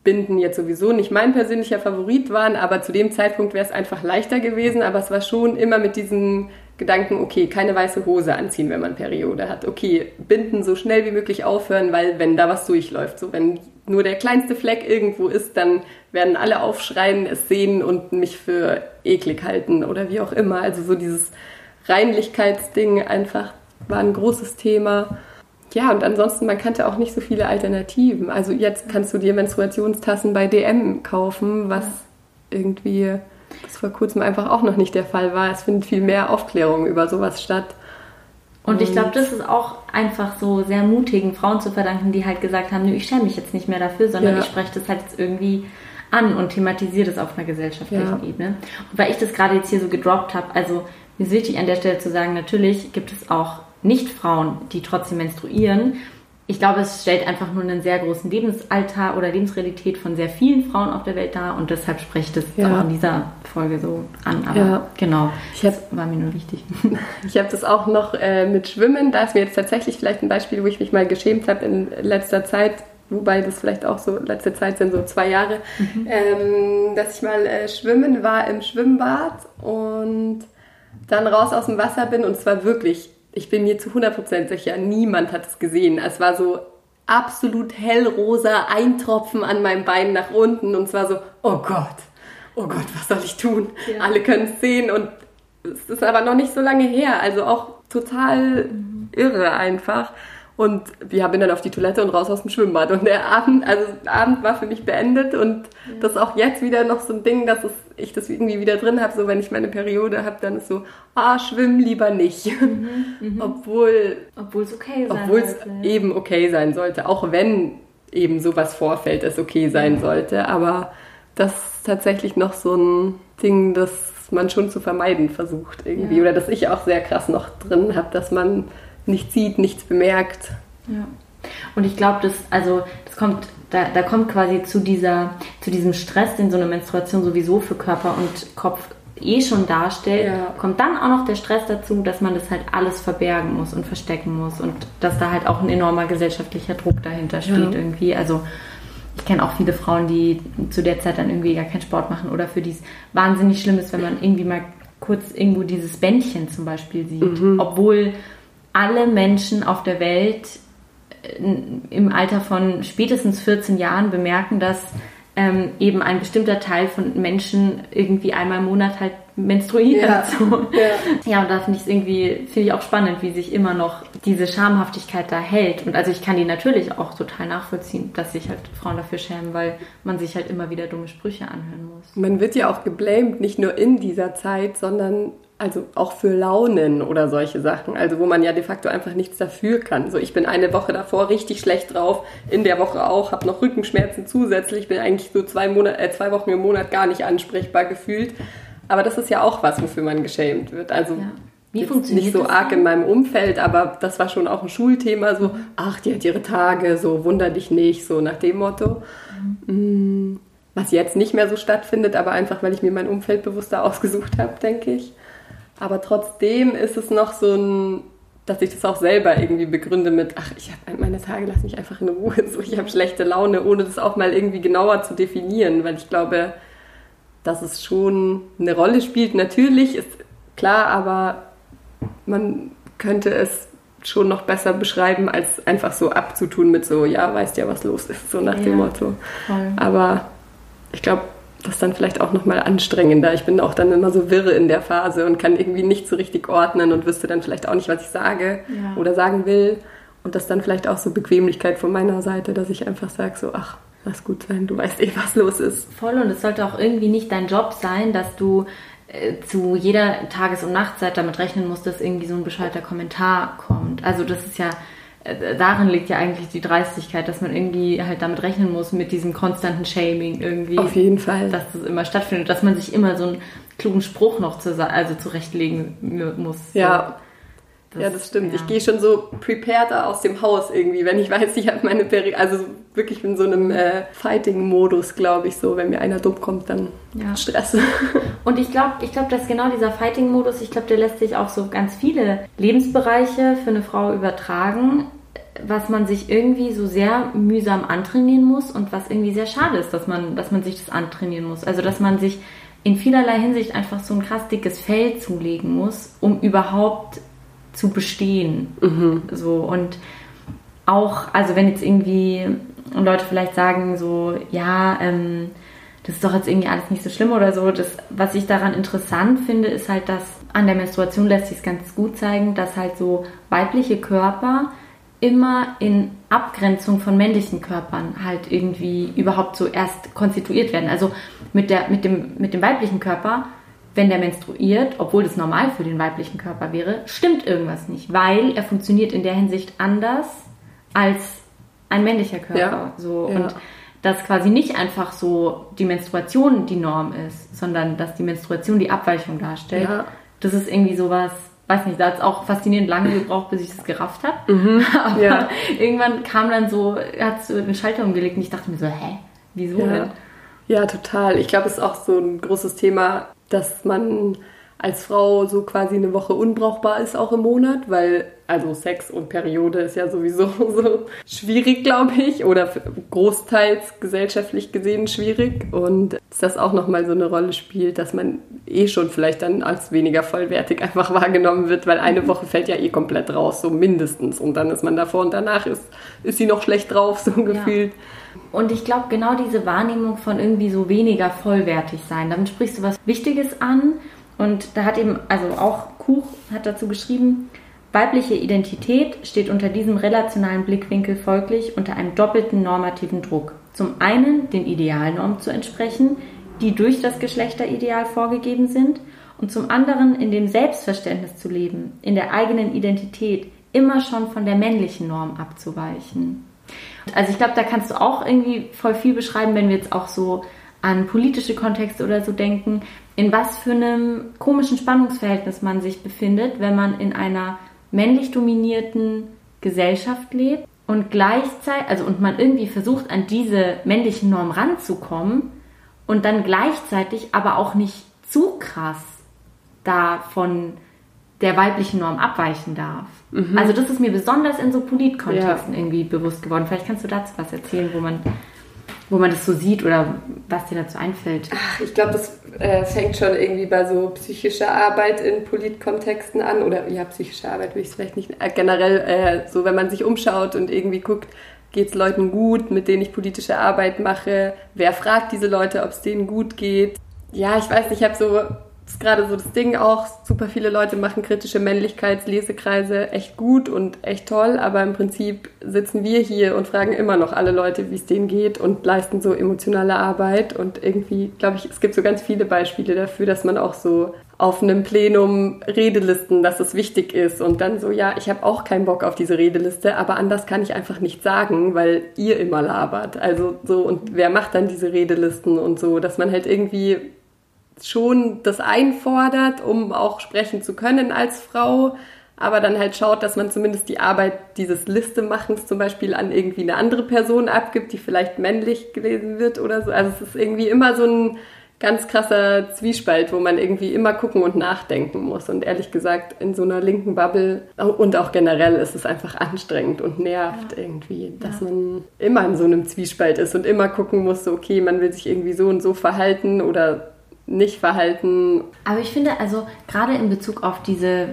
Binden jetzt sowieso nicht mein persönlicher Favorit waren, aber zu dem Zeitpunkt wäre es einfach leichter gewesen, aber es war schon immer mit diesem Gedanken, okay, keine weiße Hose anziehen, wenn man Periode hat. Okay, Binden so schnell wie möglich aufhören, weil wenn da was durchläuft, so wenn nur der kleinste Fleck irgendwo ist, dann werden alle aufschreien, es sehen und mich für eklig halten oder wie auch immer. Also so dieses Reinlichkeitsding einfach war ein großes Thema. Ja, und ansonsten, man kannte auch nicht so viele Alternativen. Also jetzt kannst du dir Menstruationstassen bei D M kaufen, was irgendwie bis vor kurzem einfach auch noch nicht der Fall war. Es findet viel mehr Aufklärung über sowas statt. Und ich glaube, das ist auch einfach so sehr mutigen Frauen zu verdanken, die halt gesagt haben, nö, ich schäme mich jetzt nicht mehr dafür, sondern ja. ich spreche das halt jetzt irgendwie an und thematisiere das auf einer gesellschaftlichen ja. Ebene. Und weil ich das gerade jetzt hier so gedroppt habe, also mir ist wichtig an der Stelle zu sagen, natürlich gibt es auch Nicht-Frauen, die trotzdem menstruieren. Ich glaube, es stellt einfach nur einen sehr großen Lebensalter oder Lebensrealität von sehr vielen Frauen auf der Welt dar und deshalb spreche ich das ja. auch in dieser Folge so an. Aber ja. genau, ich hab, das war mir nur wichtig. Ich habe das auch noch äh, mit Schwimmen. Da ist mir jetzt tatsächlich vielleicht ein Beispiel, wo ich mich mal geschämt habe in letzter Zeit, wobei das vielleicht auch so letzte Zeit sind, so zwei Jahre, mhm. ähm, dass ich mal äh, schwimmen war im Schwimmbad und dann raus aus dem Wasser bin und es war wirklich, ich bin mir zu hundert Prozent sicher, niemand hat es gesehen. Es war so absolut hellrosa, ein Tropfen an meinem Bein nach unten und es war so, oh Gott, oh Gott, was soll ich tun? Ja. Alle können es sehen und es ist aber noch nicht so lange her, also auch total mhm. irre einfach. Und wir bin dann auf die Toilette und raus aus dem Schwimmbad. Und der Abend, also der Abend war für mich beendet und ja. das ist auch jetzt wieder noch so ein Ding, dass es, ich das irgendwie wieder drin habe, so wenn ich meine Periode habe, dann ist so, ah, schwimmen lieber nicht. Mhm, mhm. Obwohl obwohl es okay sein obwohl es eben okay sein sollte, auch wenn eben sowas vorfällt, es okay sein sollte. Aber das ist tatsächlich noch so ein Ding, das man schon zu vermeiden versucht irgendwie. Ja. Oder das ich auch sehr krass noch drin habe, dass man nichts sieht, nichts bemerkt. Ja. Und ich glaube, das, also, das kommt, da, da kommt quasi zu dieser, zu diesem Stress, den so eine Menstruation sowieso für Körper und Kopf eh schon darstellt, ja. kommt dann auch noch der Stress dazu, dass man das halt alles verbergen muss und verstecken muss und dass da halt auch ein enormer gesellschaftlicher Druck dahinter steht ja. irgendwie. Also ich kenne auch viele Frauen, die zu der Zeit dann irgendwie gar keinen Sport machen oder für die es wahnsinnig schlimm ist, wenn man irgendwie mal kurz irgendwo dieses Bändchen zum Beispiel sieht, mhm. obwohl alle Menschen auf der Welt im Alter von spätestens vierzehn Jahren bemerken, dass ähm, eben ein bestimmter Teil von Menschen irgendwie einmal im Monat halt menstruiert. Ja, so. ja. ja und da finde ich es irgendwie, finde ich auch spannend, wie sich immer noch diese Schamhaftigkeit da hält. Und also ich kann die natürlich auch total nachvollziehen, dass sich halt Frauen dafür schämen, weil man sich halt immer wieder dumme Sprüche anhören muss. Man wird ja auch geblamed, nicht nur in dieser Zeit, sondern also auch für Launen oder solche Sachen, also wo man ja de facto einfach nichts dafür kann. So, ich bin eine Woche davor richtig schlecht drauf, in der Woche auch, habe noch Rückenschmerzen zusätzlich, bin eigentlich so zwei, Monate, äh, zwei Wochen im Monat gar nicht ansprechbar gefühlt. Aber das ist ja auch was, wofür man geschämt wird. Also ja. Wie funktioniert nicht so das arg in meinem Umfeld, aber das war schon auch ein Schulthema, so, ach, die hat ihre Tage, so, wunder dich nicht, so nach dem Motto. Mhm. Was jetzt nicht mehr so stattfindet, aber einfach, weil ich mir mein Umfeld bewusster ausgesucht habe, denke ich. Aber trotzdem ist es noch so ein, dass ich das auch selber irgendwie begründe mit, ach, ich habe meine Tage, lass mich einfach in Ruhe, so, ich habe schlechte Laune, ohne das auch mal irgendwie genauer zu definieren, weil ich glaube, dass es schon eine Rolle spielt. Natürlich ist klar, aber man könnte es schon noch besser beschreiben, als einfach so abzutun mit so, ja, weißt ja, was los ist, so nach ja, dem Motto. Voll. Aber ich glaube, das ist dann vielleicht auch nochmal anstrengender. Ich bin auch dann immer so wirre in der Phase und kann irgendwie nicht so richtig ordnen und wüsste dann vielleicht auch nicht, was ich sage ja. oder sagen will. Und das ist dann vielleicht auch so Bequemlichkeit von meiner Seite, dass ich einfach sage so, ach, lass gut sein, du weißt eh, was los ist. Voll, und es sollte auch irgendwie nicht dein Job sein, dass du äh, zu jeder Tages- und Nachtzeit damit rechnen musst, dass irgendwie so ein bescheuerter Kommentar kommt. Also das ist ja, äh, darin liegt ja eigentlich die Dreistigkeit, dass man irgendwie halt damit rechnen muss, mit diesem konstanten Shaming irgendwie. Auf jeden Fall. Dass das immer stattfindet, dass man sich immer so einen klugen Spruch noch zu, also zurechtlegen muss. Ja. Das, ja, das stimmt. Ja. Ich gehe schon so prepareder aus dem Haus irgendwie, wenn ich weiß, ich habe meine Periode, also wirklich in so einem äh, Fighting-Modus, glaube ich, so, wenn mir einer dumm kommt, dann ja. Stress. Und ich glaube, ich glaube, dass genau dieser Fighting-Modus, ich glaube, der lässt sich auf so ganz viele Lebensbereiche für eine Frau übertragen. was man sich irgendwie so sehr mühsam antrainieren muss und was irgendwie sehr schade ist, dass man, dass man sich das antrainieren muss. Also dass man sich in vielerlei Hinsicht einfach so ein krass dickes Fell zulegen muss, um überhaupt zu bestehen. Mhm. So, und auch, also wenn jetzt irgendwie Leute vielleicht sagen so, ja, ähm, das ist doch jetzt irgendwie alles nicht so schlimm oder so. Das, was ich daran interessant finde, ist halt, dass an der Menstruation lässt sich es ganz gut zeigen, dass halt so weibliche Körper immer in Abgrenzung von männlichen Körpern halt irgendwie überhaupt so erst konstituiert werden. Also mit, der, mit, dem, mit dem weiblichen Körper, wenn der menstruiert, obwohl das normal für den weiblichen Körper wäre, stimmt irgendwas nicht, weil er funktioniert in der Hinsicht anders als ein männlicher Körper. Ja. So. Ja. Und dass quasi nicht einfach so die Menstruation die Norm ist, sondern dass die Menstruation die Abweichung darstellt. Ja. Das ist irgendwie sowas, weiß nicht, da hat es auch faszinierend lange gebraucht, bis ich das gerafft habe. Mhm. Aber ja. irgendwann kam dann so, hat es so einen Schalter umgelegt und ich dachte mir so, hä, wieso ja. denn? Ja, total. Ich glaube, es ist auch so ein großes Thema, dass man als Frau so quasi eine Woche unbrauchbar ist, auch im Monat, weil also Sex und Periode ist ja sowieso so schwierig, glaube ich, oder großteils gesellschaftlich gesehen schwierig, und dass das auch nochmal so eine Rolle spielt, dass man eh schon vielleicht dann als weniger vollwertig einfach wahrgenommen wird, weil eine Woche fällt ja eh komplett raus, so mindestens, und dann ist man davor und danach ist, ist sie noch schlecht drauf, so gefühlt. Ja. Und ich glaube, genau diese Wahrnehmung von irgendwie so weniger vollwertig sein, damit sprichst du was Wichtiges an. Und da hat eben, also auch Kuch hat dazu geschrieben, weibliche Identität steht unter diesem relationalen Blickwinkel folglich unter einem doppelten normativen Druck. Zum einen den Idealnormen zu entsprechen, die durch das Geschlechterideal vorgegeben sind, und zum anderen in dem Selbstverständnis zu leben, in der eigenen Identität immer schon von der männlichen Norm abzuweichen. Also ich glaube, da kannst du auch irgendwie voll viel beschreiben, wenn wir jetzt auch so an politische Kontexte oder so denken, in was für einem komischen Spannungsverhältnis man sich befindet, wenn man in einer männlich dominierten Gesellschaft lebt und gleichzeitig, also und man irgendwie versucht, an diese männlichen Norm ranzukommen und dann gleichzeitig aber auch nicht zu krass da von der weiblichen Norm abweichen darf. Mhm. Also das ist mir besonders in so Politkontexten ja. irgendwie bewusst geworden. Vielleicht kannst du dazu was erzählen, wo man wo man das so sieht oder was dir dazu einfällt. Ach, ich glaube, das äh, fängt schon irgendwie bei so psychischer Arbeit in Politkontexten an, oder ja, psychische Arbeit will ich es vielleicht nicht, äh, generell äh, so, wenn man sich umschaut und irgendwie guckt, geht es Leuten gut, mit denen ich politische Arbeit mache, wer fragt diese Leute, ob es denen gut geht. Ja, ich weiß nicht, ich habe so, das ist gerade so das Ding auch, super viele Leute machen kritische Männlichkeitslesekreise echt gut und echt toll, aber im Prinzip sitzen wir hier und fragen immer noch alle Leute, wie es denen geht, und leisten so emotionale Arbeit, und irgendwie, glaube ich, es gibt so ganz viele Beispiele dafür, dass man auch so auf einem Plenum Redelisten, dass es wichtig ist, und dann so, ja, ich habe auch keinen Bock auf diese Redeliste, aber anders kann ich einfach nicht sagen, weil ihr immer labert. Also so, und wer macht dann diese Redelisten und so, dass man halt irgendwie schon das einfordert, um auch sprechen zu können als Frau, aber dann halt schaut, dass man zumindest die Arbeit dieses Listemachens zum Beispiel an irgendwie eine andere Person abgibt, die vielleicht männlich gelesen wird oder so. Also es ist irgendwie immer so ein ganz krasser Zwiespalt, wo man irgendwie immer gucken und nachdenken muss. Und ehrlich gesagt, in so einer linken Bubble und auch generell ist es einfach anstrengend und nervt ja. irgendwie, dass ja. man immer in so einem Zwiespalt ist und immer gucken muss, so okay, man will sich irgendwie so und so verhalten oder nicht verhalten. Aber ich finde, also gerade in Bezug auf diese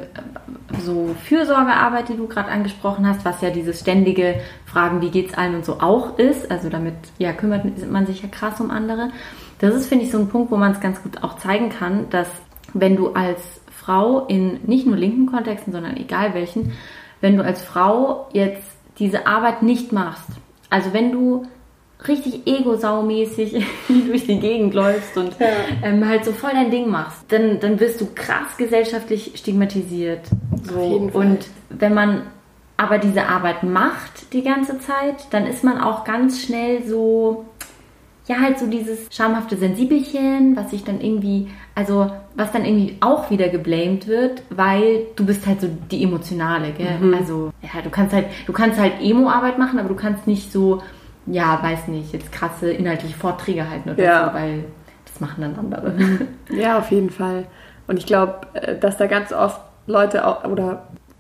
so Fürsorgearbeit, die du gerade angesprochen hast, was ja dieses ständige Fragen, wie geht's allen und so auch ist, also damit ja kümmert man sich ja krass um andere. Das ist, finde ich, so ein Punkt, wo man es ganz gut auch zeigen kann, dass wenn du als Frau in nicht nur linken Kontexten, sondern egal welchen, wenn du als Frau jetzt diese Arbeit nicht machst, also wenn du richtig ego-saumäßig durch die Gegend läufst und ja. ähm, halt so voll dein Ding machst, dann, dann wirst du krass gesellschaftlich stigmatisiert. So. Auf jeden Fall. Und wenn man aber diese Arbeit macht die ganze Zeit, dann ist man auch ganz schnell so, ja, halt so dieses schamhafte Sensibelchen, was sich dann irgendwie, also was dann irgendwie auch wieder geblamed wird, weil du bist halt so die Emotionale, gell? Mhm. Also, ja, du kannst halt, du kannst halt Emo-Arbeit machen, aber du kannst nicht so, ja, weiß nicht, jetzt krasse inhaltliche Vorträge halten oder ja. so, weil das machen dann andere. Ja, auf jeden Fall. Und ich glaube, dass da ganz oft Leute auch, oder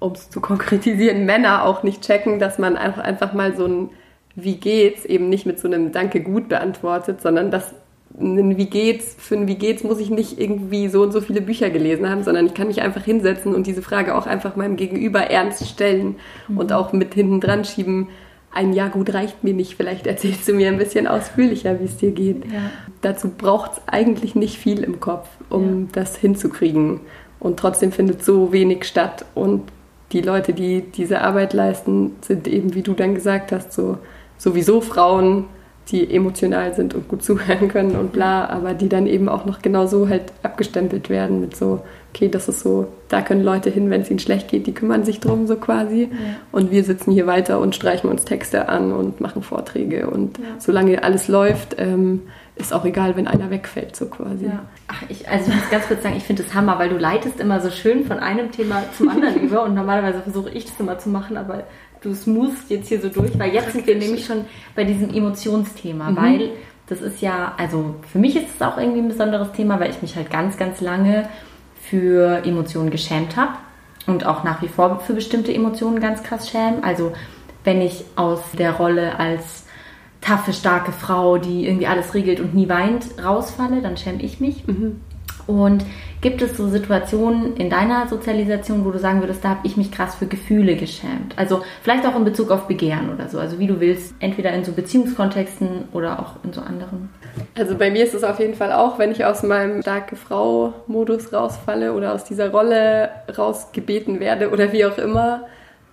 um es zu konkretisieren, Männer auch nicht checken, dass man einfach, einfach mal so ein Wie geht's eben nicht mit so einem Danke gut beantwortet, sondern dass ein Wie geht's, für ein Wie geht's muss ich nicht irgendwie so und so viele Bücher gelesen haben, sondern ich kann mich einfach hinsetzen und diese Frage auch einfach meinem Gegenüber ernst stellen mhm. und auch mit hinten dran schieben, ein Ja gut reicht mir nicht, vielleicht erzählst du mir ein bisschen ausführlicher, wie es dir geht. Ja. Dazu braucht es eigentlich nicht viel im Kopf, um ja. das hinzukriegen. Und trotzdem findet so wenig statt. Und die Leute, die diese Arbeit leisten, sind eben, wie du dann gesagt hast, so sowieso Frauen, die emotional sind und gut zuhören können und bla, aber die dann eben auch noch genauso halt abgestempelt werden mit so, okay, das ist so, da können Leute hin, wenn es ihnen schlecht geht, die kümmern sich drum so quasi. Ja. Und wir sitzen hier weiter und streichen uns Texte an und machen Vorträge und ja. solange alles läuft, ähm, ist auch egal, wenn einer wegfällt, so quasi. Ja. Ach, ich, also ich muss ganz kurz sagen, ich finde das Hammer, weil du leitest immer so schön von einem Thema zum anderen über und normalerweise versuche ich das immer zu machen, aber du smoothst jetzt hier so durch, weil jetzt sind wir nämlich schon bei diesem Emotionsthema, mhm. weil das ist ja, also für mich ist es auch irgendwie ein besonderes Thema, weil ich mich halt ganz, ganz lange für Emotionen geschämt habe und auch nach wie vor für bestimmte Emotionen ganz krass schäme. Also wenn ich aus der Rolle als taffe, starke Frau, die irgendwie alles regelt und nie weint, rausfalle, dann schäme ich mich. Mhm. Und gibt es so Situationen in deiner Sozialisation, wo du sagen würdest, da habe ich mich krass für Gefühle geschämt? Also vielleicht auch in Bezug auf Begehren oder so, also wie du willst, entweder in so Beziehungskontexten oder auch in so anderen. Also bei mir ist es auf jeden Fall auch, wenn ich aus meinem starke Frau-Modus rausfalle oder aus dieser Rolle rausgebeten werde oder wie auch immer,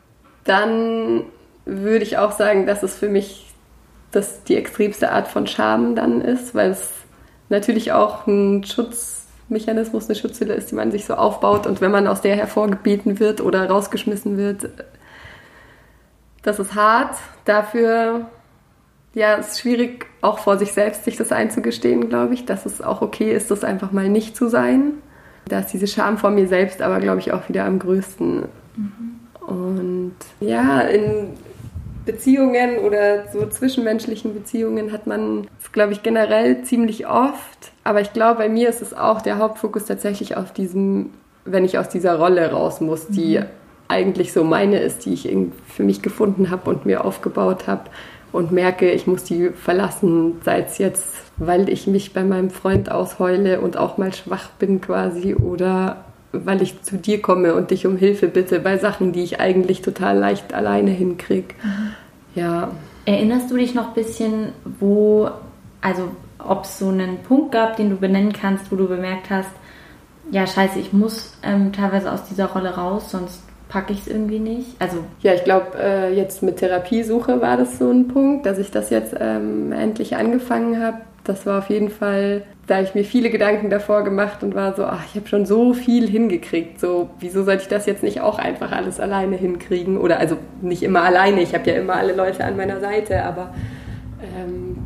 dann würde ich auch sagen, dass es für mich das die extremste Art von Scham dann ist, weil es natürlich auch ein Schutzmechanismus, eine Schutzhülle ist, die man sich so aufbaut und wenn man aus der hervorgebeten wird oder rausgeschmissen wird, das ist hart. Dafür, ja, es ist schwierig, auch vor sich selbst sich das einzugestehen, glaube ich, dass es auch okay ist, das einfach mal nicht zu sein. Da ist diese Scham vor mir selbst aber, glaube ich, auch wieder am größten. Mhm. Und ja, in Beziehungen oder so zwischenmenschlichen Beziehungen hat man es, glaube ich, generell ziemlich oft. Aber ich glaube, bei mir ist es auch der Hauptfokus tatsächlich auf diesem, wenn ich aus dieser Rolle raus muss, die mhm. eigentlich so meine ist, die ich für mich gefunden habe und mir aufgebaut habe und merke, ich muss die verlassen, sei es jetzt, weil ich mich bei meinem Freund ausheule und auch mal schwach bin quasi oder weil ich zu dir komme und dich um Hilfe bitte bei Sachen, die ich eigentlich total leicht alleine hinkriege. Mhm. Ja. Erinnerst du dich noch ein bisschen, wo, also ob es so einen Punkt gab, den du benennen kannst, wo du bemerkt hast, ja scheiße, ich muss ähm, teilweise aus dieser Rolle raus, sonst packe ich es irgendwie nicht? Also ja, ich glaube, äh, jetzt mit Therapiesuche war das so ein Punkt, dass ich das jetzt ähm, endlich angefangen habe. Das war auf jeden Fall, da habe ich mir viele Gedanken davor gemacht und war so, ach, ich habe schon so viel hingekriegt. So, wieso sollte ich das jetzt nicht auch einfach alles alleine hinkriegen? Oder also nicht immer alleine, ich habe ja immer alle Leute an meiner Seite, aber ähm,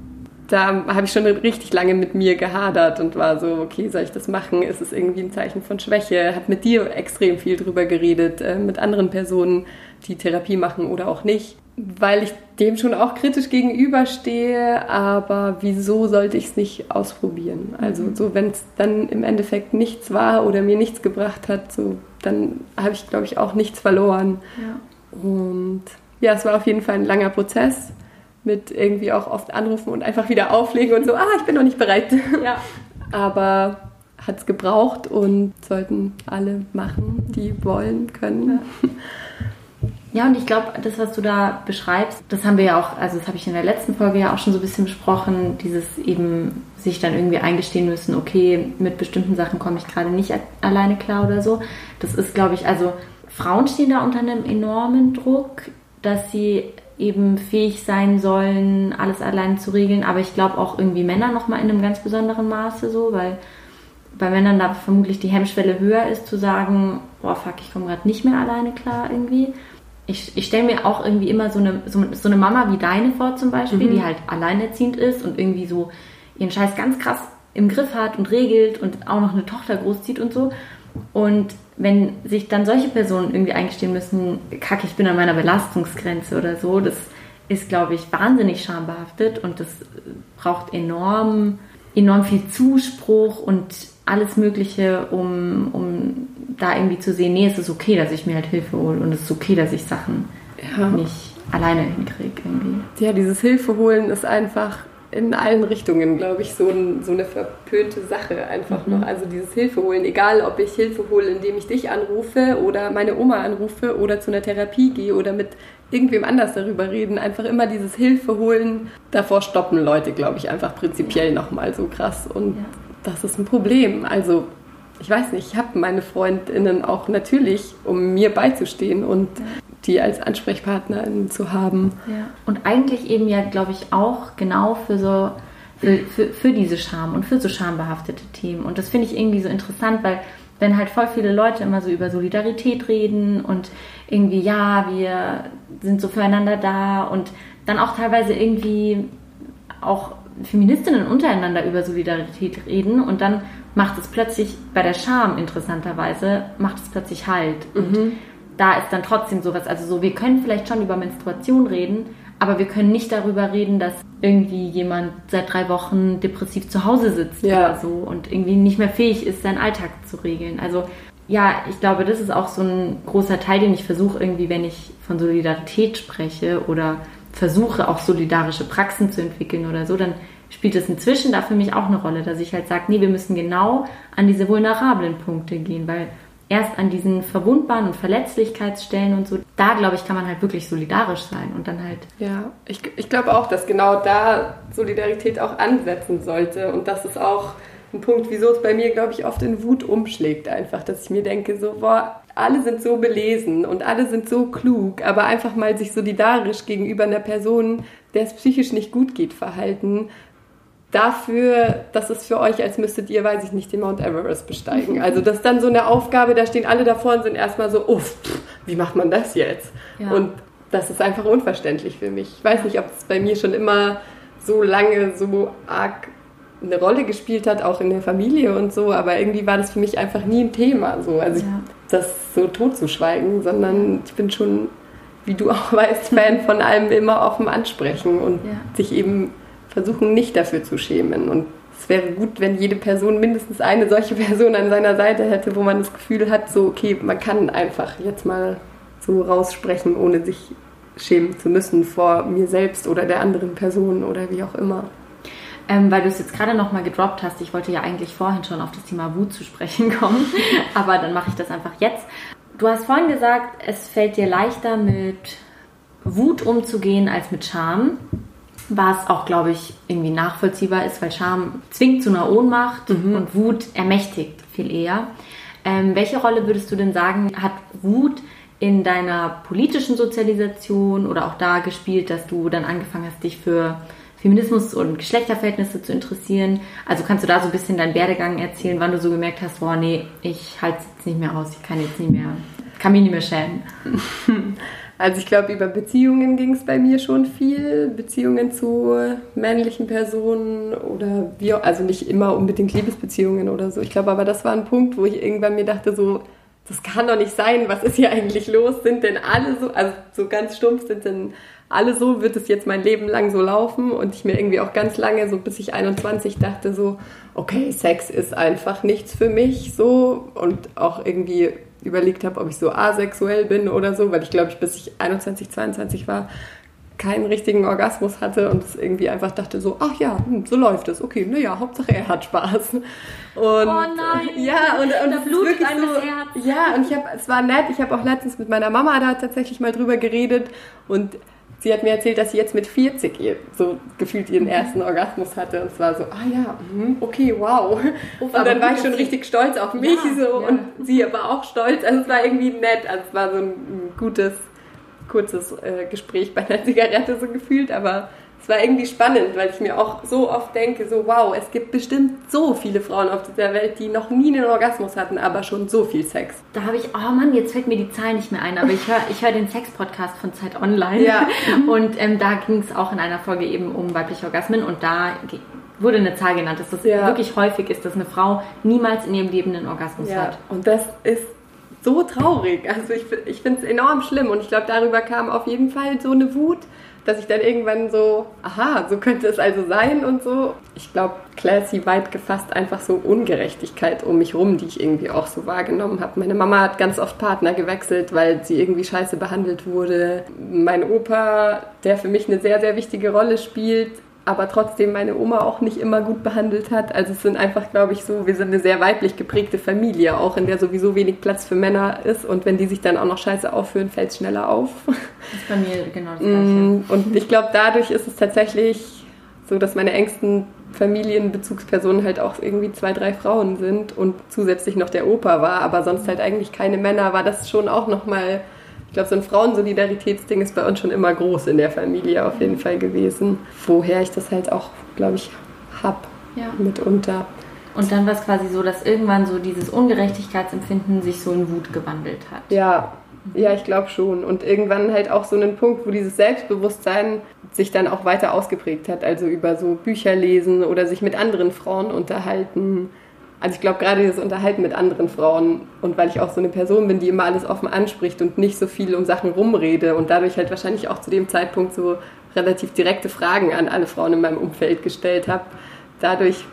da habe ich schon richtig lange mit mir gehadert und war so, okay, soll ich das machen? Ist es irgendwie ein Zeichen von Schwäche? Habe mit dir extrem viel drüber geredet, äh, mit anderen Personen, die Therapie machen oder auch nicht. Weil ich dem schon auch kritisch gegenüberstehe, aber wieso sollte ich es nicht ausprobieren? Also so, wenn es dann im Endeffekt nichts war oder mir nichts gebracht hat, so, dann habe ich, glaube ich, auch nichts verloren. Ja. Und ja, es war auf jeden Fall ein langer Prozess mit irgendwie auch oft anrufen und einfach wieder auflegen und so, ah, ich bin noch nicht bereit. Ja. Aber hat es gebraucht und sollten alle machen, die wollen, können. Ja. Ja, und ich glaube, das, was du da beschreibst, das haben wir ja auch, also das habe ich in der letzten Folge ja auch schon so ein bisschen besprochen, dieses eben sich dann irgendwie eingestehen müssen, okay, mit bestimmten Sachen komme ich gerade nicht alleine klar oder so. Das ist, glaube ich, also Frauen stehen da unter einem enormen Druck, dass sie eben fähig sein sollen, alles alleine zu regeln, aber ich glaube auch irgendwie Männer nochmal in einem ganz besonderen Maße so, weil bei Männern da vermutlich die Hemmschwelle höher ist, zu sagen, boah, fuck, ich komme gerade nicht mehr alleine klar irgendwie. Ich, ich stelle mir auch irgendwie immer so eine, so, so eine Mama wie deine vor zum Beispiel, mhm. die halt alleinerziehend ist und irgendwie so ihren Scheiß ganz krass im Griff hat und regelt und auch noch eine Tochter großzieht und so. Und wenn sich dann solche Personen irgendwie eingestehen müssen, kacke, ich bin an meiner Belastungsgrenze oder so, das ist, glaube ich, wahnsinnig schambehaftet und das braucht enorm, enorm viel Zuspruch und alles Mögliche, um, um da irgendwie zu sehen, nee, es ist okay, dass ich mir halt Hilfe hole und es ist okay, dass ich Sachen ja. nicht alleine hinkriege irgendwie. Ja, dieses Hilfe holen ist einfach in allen Richtungen, glaube ich, so, ein, so eine verpönte Sache einfach mhm. noch. Also dieses Hilfe holen, egal ob ich Hilfe hole, indem ich dich anrufe oder meine Oma anrufe oder zu einer Therapie gehe oder mit irgendwem anders darüber reden, einfach immer dieses Hilfe holen, davor stoppen Leute, glaube ich, einfach prinzipiell ja. nochmal so krass und ja. das ist ein Problem. Also ich weiß nicht, ich habe meine FreundInnen auch natürlich, um mir beizustehen und ja. die als Ansprechpartnerin zu haben. Ja. Und eigentlich eben ja, glaube ich, auch genau für so für, für, für diese Scham und für so schambehaftete Themen. Und das finde ich irgendwie so interessant, weil wenn halt voll viele Leute immer so über Solidarität reden und irgendwie, ja, wir sind so füreinander da und dann auch teilweise irgendwie auch Feministinnen untereinander über Solidarität reden und dann macht es plötzlich bei der Scham interessanterweise, macht es plötzlich Halt. Und mhm. da ist dann trotzdem sowas, also so, wir können vielleicht schon über Menstruation reden, aber wir können nicht darüber reden, dass irgendwie jemand seit drei Wochen depressiv zu Hause sitzt ja. oder so und irgendwie nicht mehr fähig ist, seinen Alltag zu regeln. Also ja, ich glaube, das ist auch so ein großer Teil, den ich versuche irgendwie, wenn ich von Solidarität spreche oder versuche auch solidarische Praxen zu entwickeln oder so, dann spielt es inzwischen da für mich auch eine Rolle, dass ich halt sage, nee, wir müssen genau an diese vulnerablen Punkte gehen, weil erst an diesen verwundbaren und Verletzlichkeitsstellen und so, da, glaube ich, kann man halt wirklich solidarisch sein und dann halt... Ja, ich, ich glaube auch, dass genau da Solidarität auch ansetzen sollte und das ist auch ein Punkt, wieso es bei mir, glaube ich, oft in Wut umschlägt einfach, dass ich mir denke, so, boah, alle sind so belesen und alle sind so klug, aber einfach mal sich solidarisch gegenüber einer Person, der es psychisch nicht gut geht, verhalten, dafür, das ist für euch, als müsstet ihr, weiß ich nicht, den Mount Everest besteigen. Also das ist dann so eine Aufgabe, da stehen alle davor und sind erstmal so, uff, wie macht man das jetzt? Ja. Und das ist einfach unverständlich für mich. Ich weiß nicht, ob es bei mir schon immer so lange, so arg eine Rolle gespielt hat, auch in der Familie und so, aber irgendwie war das für mich einfach nie ein Thema, so. Also ja. ich, das so totzuschweigen, sondern ich bin schon, wie du auch weißt, Fan von allem immer offen ansprechen und ja. sich eben versuchen, nicht dafür zu schämen. Und es wäre gut, wenn jede Person mindestens eine solche Person an seiner Seite hätte, wo man das Gefühl hat, so, okay, man kann einfach jetzt mal so raussprechen, ohne sich schämen zu müssen vor mir selbst oder der anderen Person oder wie auch immer. Ähm, weil du es jetzt gerade nochmal gedroppt hast, ich wollte ja eigentlich vorhin schon auf das Thema Wut zu sprechen kommen, aber dann mache ich das einfach jetzt. Du hast vorhin gesagt, es fällt dir leichter mit Wut umzugehen als mit Scham. Was auch, glaube ich, irgendwie nachvollziehbar ist, weil Scham zwingt zu einer Ohnmacht mhm. und Wut ermächtigt viel eher. Ähm, welche Rolle würdest du denn sagen, hat Wut in deiner politischen Sozialisation oder auch da gespielt, dass du dann angefangen hast, dich für Feminismus und Geschlechterverhältnisse zu interessieren? Also kannst du da so ein bisschen deinen Werdegang erzählen, wann du so gemerkt hast, boah, nee, ich halte es jetzt nicht mehr aus, ich kann jetzt nicht mehr, kann mich nicht mehr schämen. Also ich glaube, über Beziehungen ging es bei mir schon viel. Beziehungen zu männlichen Personen oder wie auch, also nicht immer unbedingt Liebesbeziehungen oder so. Ich glaube aber, das war ein Punkt, wo ich irgendwann mir dachte, so, das kann doch nicht sein, was ist hier eigentlich los? Sind denn alle so, also so ganz stumpf, sind denn alle so, wird es jetzt mein Leben lang so laufen? Und ich mir irgendwie auch ganz lange, so bis ich einundzwanzig, dachte so, okay, Sex ist einfach nichts für mich so und auch irgendwie überlegt habe, ob ich so asexuell bin oder so, weil ich glaube, ich bis ich einundzwanzig, zweiundzwanzig war, keinen richtigen Orgasmus hatte und es irgendwie einfach dachte so, ach ja, hm, so läuft es, okay, naja, Hauptsache er hat Spaß. Und, oh nein, ja, und, und da es blutet ist wirklich einem so, das Herz. Ja, und ich habe, es war nett, ich habe auch letztens mit meiner Mama da tatsächlich mal drüber geredet und sie hat mir erzählt, dass sie jetzt mit vierzig so gefühlt ihren ersten Orgasmus hatte. Und es war so, ah ja, okay, wow. Und dann war ich schon richtig stolz auf mich ja, so ja. und sie war auch stolz. Also es war irgendwie nett. Also es war so ein gutes, kurzes äh, Gespräch bei einer Zigarette so gefühlt. Aber es war irgendwie spannend, weil ich mir auch so oft denke, so wow, es gibt bestimmt so viele Frauen auf dieser Welt, die noch nie einen Orgasmus hatten, aber schon so viel Sex. Da habe ich, oh Mann, jetzt fällt mir die Zahl nicht mehr ein, aber ich höre ich hör den Sex-Podcast von Zeit Online. Ja. Und ähm, da ging es auch in einer Folge eben um weibliche Orgasmen und da wurde eine Zahl genannt, dass das ja. wirklich häufig ist, dass eine Frau niemals in ihrem Leben einen Orgasmus ja. hat. Und das ist so traurig. Also ich, ich finde es enorm schlimm und ich glaube, darüber kam auf jeden Fall so eine Wut, dass ich dann irgendwann so, aha, so könnte es also sein und so. Ich glaube, classy weit gefasst einfach so Ungerechtigkeit um mich rum, die ich irgendwie auch so wahrgenommen habe. Meine Mama hat ganz oft Partner gewechselt, weil sie irgendwie scheiße behandelt wurde. Mein Opa, der für mich eine sehr, sehr wichtige Rolle spielt, aber trotzdem meine Oma auch nicht immer gut behandelt hat. Also es sind einfach, glaube ich, so, wir sind eine sehr weiblich geprägte Familie, auch in der sowieso wenig Platz für Männer ist. Und wenn die sich dann auch noch scheiße aufführen, fällt es schneller auf. Das ist bei mir genau das Gleiche. Und ich glaube, dadurch ist es tatsächlich so, dass meine engsten Familienbezugspersonen halt auch irgendwie zwei, drei Frauen sind und zusätzlich noch der Opa war, aber sonst halt eigentlich keine Männer, war das schon auch nochmal... Ich glaube, so ein Frauensolidaritätsding ist bei uns schon immer groß in der Familie auf jeden Fall gewesen. Woher ich das halt auch, glaube ich, hab ja. mitunter. Und dann war es quasi so, dass irgendwann so dieses Ungerechtigkeitsempfinden sich so in Wut gewandelt hat. Ja, ja, ich glaube schon. Und irgendwann halt auch so einen Punkt, wo dieses Selbstbewusstsein sich dann auch weiter ausgeprägt hat. Also über so Bücher lesen oder sich mit anderen Frauen unterhalten. Also ich glaube, gerade das Unterhalten mit anderen Frauen und weil ich auch so eine Person bin, die immer alles offen anspricht und nicht so viel um Sachen rumrede und dadurch halt wahrscheinlich auch zu dem Zeitpunkt so relativ direkte Fragen an alle Frauen in meinem Umfeld gestellt habe. Dadurch,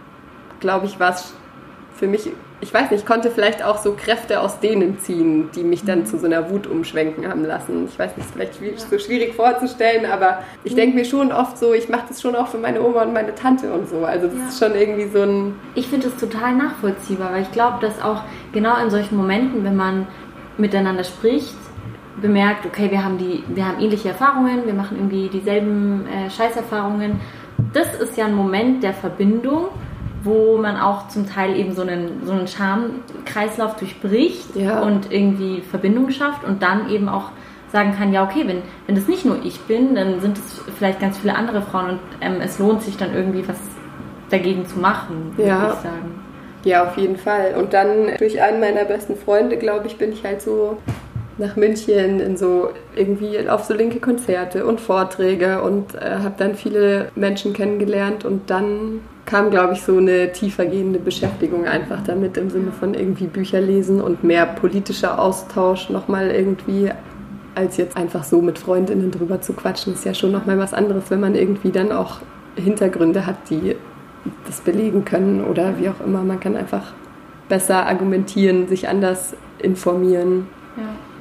glaube ich, war es für mich, ich weiß nicht, ich konnte vielleicht auch so Kräfte aus denen ziehen, die mich dann zu so einer Wut umschwenken haben lassen. Ich weiß nicht, ist vielleicht schwierig, so schwierig vorzustellen, aber ich denke mir schon oft so, ich mache das schon auch für meine Oma und meine Tante und so. Also das ja. ist schon irgendwie so ein... Ich finde das total nachvollziehbar, weil ich glaube, dass auch genau in solchen Momenten, wenn man miteinander spricht, bemerkt, okay, wir haben, die, wir haben ähnliche Erfahrungen, wir machen irgendwie dieselben äh, Scheißerfahrungen. Das ist ja ein Moment der Verbindung, wo man auch zum Teil eben so einen, so einen Schamkreislauf durchbricht ja. und irgendwie Verbindung schafft und dann eben auch sagen kann, ja okay, wenn, wenn das nicht nur ich bin, dann sind es vielleicht ganz viele andere Frauen und ähm, es lohnt sich dann irgendwie was dagegen zu machen, würde ja. ich sagen. Ja, auf jeden Fall. Und dann durch einen meiner besten Freunde, glaube ich, bin ich halt so nach München in so irgendwie auf so linke Konzerte und Vorträge und äh, habe dann viele Menschen kennengelernt und dann kam, glaube ich, so eine tiefergehende Beschäftigung einfach damit im Sinne von irgendwie Bücher lesen und mehr politischer Austausch nochmal irgendwie, als jetzt einfach so mit Freundinnen drüber zu quatschen, ist ja schon nochmal was anderes, wenn man irgendwie dann auch Hintergründe hat, die das belegen können oder wie auch immer. Man kann einfach besser argumentieren, sich anders informieren. Ja.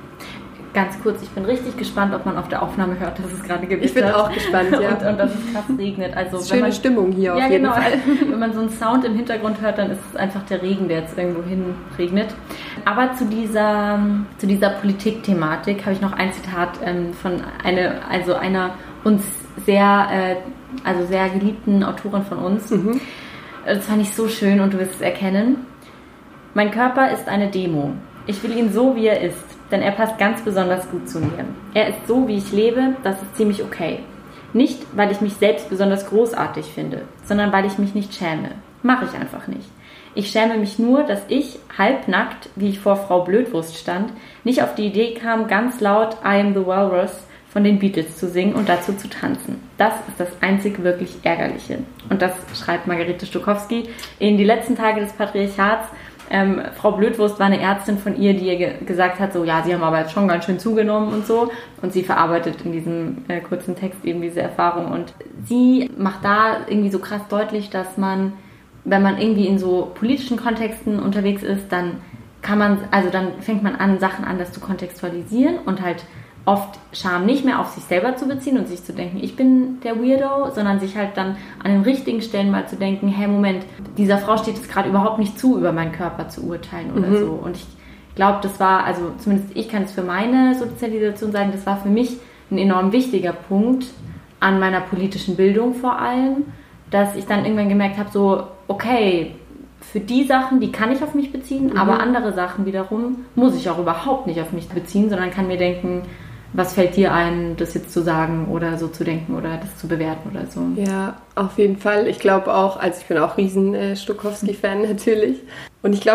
Ganz kurz, ich bin richtig gespannt, ob man auf der Aufnahme hört, dass es gerade gewittert. Ich bin auch gespannt, ja. Und, und dass es krass regnet. Also, schöne wenn man, Stimmung hier ja, auf jeden genau. Fall. Wenn man so einen Sound im Hintergrund hört, dann ist es einfach der Regen, der jetzt irgendwo hin regnet. Aber zu dieser, zu dieser Politik-Thematik habe ich noch ein Zitat ähm, von eine, also einer uns sehr, äh, also sehr geliebten Autorin von uns. Mhm. Das fand ich so schön und du wirst es erkennen. Mein Körper ist eine Demo. Ich will ihn so, wie er ist. Denn er passt ganz besonders gut zu mir. Er ist so, wie ich lebe, das ist ziemlich okay. Nicht, weil ich mich selbst besonders großartig finde, sondern weil ich mich nicht schäme. Mache ich einfach nicht. Ich schäme mich nur, dass ich, halbnackt, wie ich vor Frau Blödwurst stand, nicht auf die Idee kam, ganz laut I Am the Walrus von den Beatles zu singen und dazu zu tanzen. Das ist das einzig wirklich Ärgerliche. Und das schreibt Margarete Stokowski in Die letzten Tage des Patriarchats. Ähm, Frau Blödwurst war eine Ärztin von ihr, die ihr ge- gesagt hat, so ja, sie haben aber jetzt schon ganz schön zugenommen und so. Und sie verarbeitet in diesem äh, kurzen Text eben diese Erfahrung. Und sie macht da irgendwie so krass deutlich, dass man, wenn man irgendwie in so politischen Kontexten unterwegs ist, dann kann man, also dann fängt man an, Sachen anders zu kontextualisieren und halt oft Scham nicht mehr auf sich selber zu beziehen und sich zu denken, ich bin der Weirdo, sondern sich halt dann an den richtigen Stellen mal zu denken, hey, Moment, dieser Frau steht es gerade überhaupt nicht zu, über meinen Körper zu urteilen oder mhm. so. Und ich glaube, das war, also zumindest ich kann es für meine Sozialisation sagen, das war für mich ein enorm wichtiger Punkt an meiner politischen Bildung vor allem, dass ich dann irgendwann gemerkt habe, so, okay, für die Sachen, die kann ich auf mich beziehen, mhm. aber andere Sachen wiederum muss ich auch überhaupt nicht auf mich beziehen, sondern kann mir denken, was fällt dir ein, das jetzt zu sagen oder so zu denken oder das zu bewerten oder so? Ja, auf jeden Fall. Ich glaube auch, also ich bin auch riesen äh, Stokowski-Fan natürlich. Und ich glaube,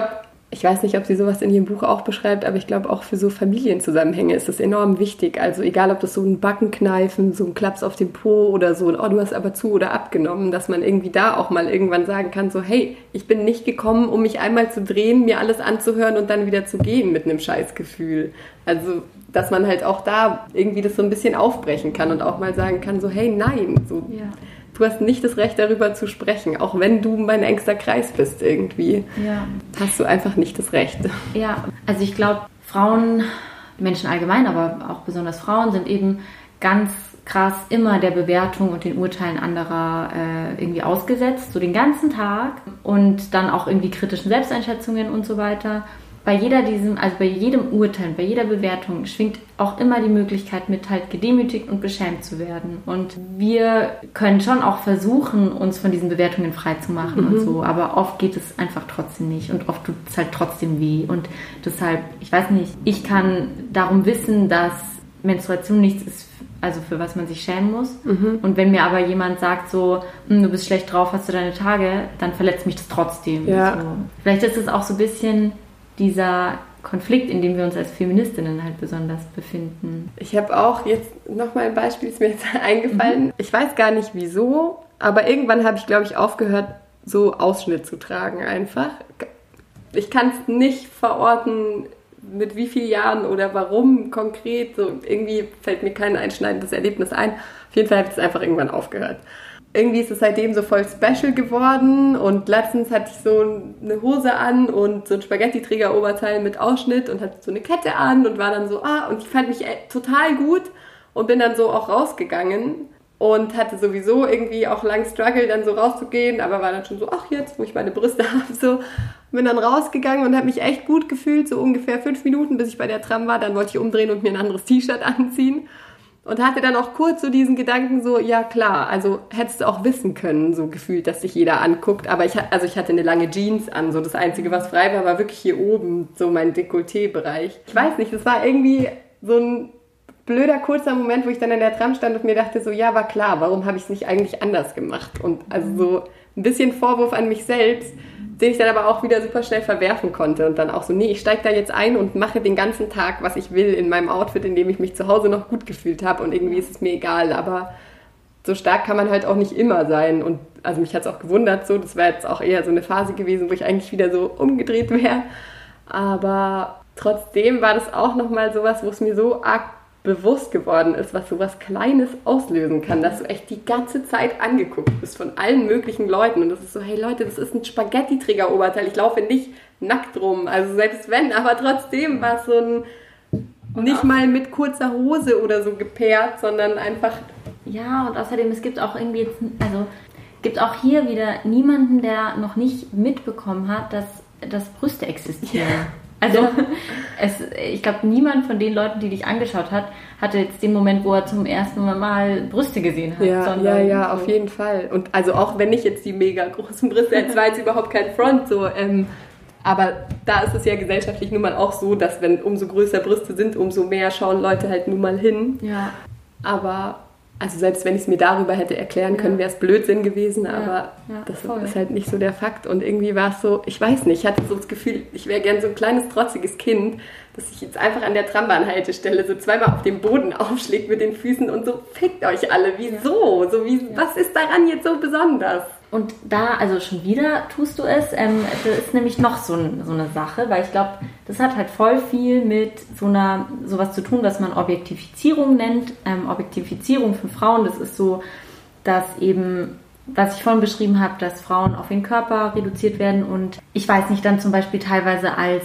ich weiß nicht, ob sie sowas in ihrem Buch auch beschreibt, aber ich glaube auch für so Familienzusammenhänge ist das enorm wichtig. Also egal, ob das so ein Backenkneifen, so ein Klaps auf den Po oder so, oh, du hast aber zu oder abgenommen, dass man irgendwie da auch mal irgendwann sagen kann, so hey, ich bin nicht gekommen, um mich einmal zu drehen, mir alles anzuhören und dann wieder zu gehen mit einem Scheißgefühl. Also, dass man halt auch da irgendwie das so ein bisschen aufbrechen kann und auch mal sagen kann, so hey, nein, so... Ja. Du hast nicht das Recht, darüber zu sprechen, auch wenn du mein engster Kreis bist irgendwie. Ja. Hast du einfach nicht das Recht. Ja, also ich glaube, Frauen, Menschen allgemein, aber auch besonders Frauen, sind eben ganz krass immer der Bewertung und den Urteilen anderer äh, irgendwie ausgesetzt, so den ganzen Tag und dann auch irgendwie kritischen Selbsteinschätzungen und so weiter. Bei jeder diesem, also bei jedem Urteil, bei jeder Bewertung schwingt auch immer die Möglichkeit mit, halt gedemütigt und beschämt zu werden. Und wir können schon auch versuchen, uns von diesen Bewertungen frei zu machen mhm. und so, aber oft geht es einfach trotzdem nicht und oft tut es halt trotzdem weh. Und deshalb, ich weiß nicht, ich kann darum wissen, dass Menstruation nichts ist, also für was man sich schämen muss. Mhm. Und wenn mir aber jemand sagt so, du bist schlecht drauf, hast du deine Tage, dann verletzt mich das trotzdem. Ja. So. Vielleicht ist es auch so ein bisschen dieser Konflikt, in dem wir uns als Feministinnen halt besonders befinden. Ich habe auch jetzt nochmal ein Beispiel, ist mir jetzt eingefallen. Mhm. Ich weiß gar nicht wieso, aber irgendwann habe ich, glaube ich, aufgehört, so Ausschnitt zu tragen einfach. Ich kann es nicht verorten, mit wie vielen Jahren oder warum konkret. So irgendwie fällt mir kein einschneidendes Erlebnis ein. Auf jeden Fall habe ich es einfach irgendwann aufgehört. Irgendwie ist es seitdem so voll special geworden und letztens hatte ich so eine Hose an und so ein Spaghetti-Träger-Oberteil mit Ausschnitt und hatte so eine Kette an und war dann so, ah, und ich fand mich total gut und bin dann so auch rausgegangen und hatte sowieso irgendwie auch lang Struggle, dann so rauszugehen, aber war dann schon so, ach jetzt, wo ich meine Brüste habe, so, bin dann rausgegangen und habe mich echt gut gefühlt, so ungefähr fünf Minuten, bis ich bei der Tram war, dann wollte ich umdrehen und mir ein anderes T-Shirt anziehen. Und hatte dann auch kurz so diesen Gedanken so, ja klar, also hättest du auch wissen können, so gefühlt, dass sich jeder anguckt. Aber ich, also ich hatte eine lange Jeans an, so das Einzige, was frei war, war wirklich hier oben, so mein Dekolleté-Bereich. Ich weiß nicht, das war irgendwie so ein blöder, kurzer Moment, wo ich dann in der Tram stand und mir dachte so, ja, war klar, warum habe ich es nicht eigentlich anders gemacht? Und also so ein bisschen Vorwurf an mich selbst, den ich dann aber auch wieder super schnell verwerfen konnte und dann auch so, nee, ich steige da jetzt ein und mache den ganzen Tag, was ich will in meinem Outfit, in dem ich mich zu Hause noch gut gefühlt habe und irgendwie ist es mir egal, aber so stark kann man halt auch nicht immer sein und also mich hat es auch gewundert, so, das war jetzt auch eher so eine Phase gewesen, wo ich eigentlich wieder so umgedreht wäre, aber trotzdem war das auch nochmal sowas, wo es mir so arg bewusst geworden ist, was so was Kleines auslösen kann, dass du echt die ganze Zeit angeguckt bist von allen möglichen Leuten und das ist so, hey Leute, das ist ein Spaghetti-Träger-Oberteil, ich laufe nicht nackt rum, also selbst wenn, aber trotzdem war es so ein, nicht mal mit kurzer Hose oder so gepaart, sondern einfach... Ja, und außerdem, es gibt auch irgendwie jetzt, also gibt auch hier wieder niemanden, der noch nicht mitbekommen hat, dass, dass Brüste existieren. Ja. Also ja. es, ich glaube, niemand von den Leuten, die dich angeschaut hat, hatte jetzt den Moment, wo er zum ersten Mal Brüste gesehen hat. Ja, sondern ja, ja, so. Auf jeden Fall. Und also auch wenn ich jetzt die mega großen Brüste hätte, war jetzt überhaupt kein Front. So, ähm, aber da ist es ja gesellschaftlich nun mal auch so, dass wenn umso größer Brüste sind, umso mehr schauen Leute halt nun mal hin. Ja. Aber... Also selbst wenn ich es mir darüber hätte erklären können, wäre es Blödsinn gewesen, aber ja, ja, das voll. Ist halt nicht so der Fakt. Und irgendwie war es so, ich weiß nicht, ich hatte so das Gefühl, ich wäre gern so ein kleines, trotziges Kind, das sich jetzt einfach an der Trambahnhaltestelle so zweimal auf den Boden aufschlägt mit den Füßen und so, fickt euch alle, wieso? So, wie, ja. Was ist daran jetzt so besonders? Und da, also schon wieder tust du es, ähm, das ist nämlich noch so, ein, so eine Sache, weil ich glaube, das hat halt voll viel mit so einer, sowas zu tun, was man Objektifizierung nennt. Ähm, Objektifizierung von Frauen, das ist so, dass eben, was ich vorhin beschrieben habe, dass Frauen auf ihren Körper reduziert werden und ich weiß nicht, dann zum Beispiel teilweise als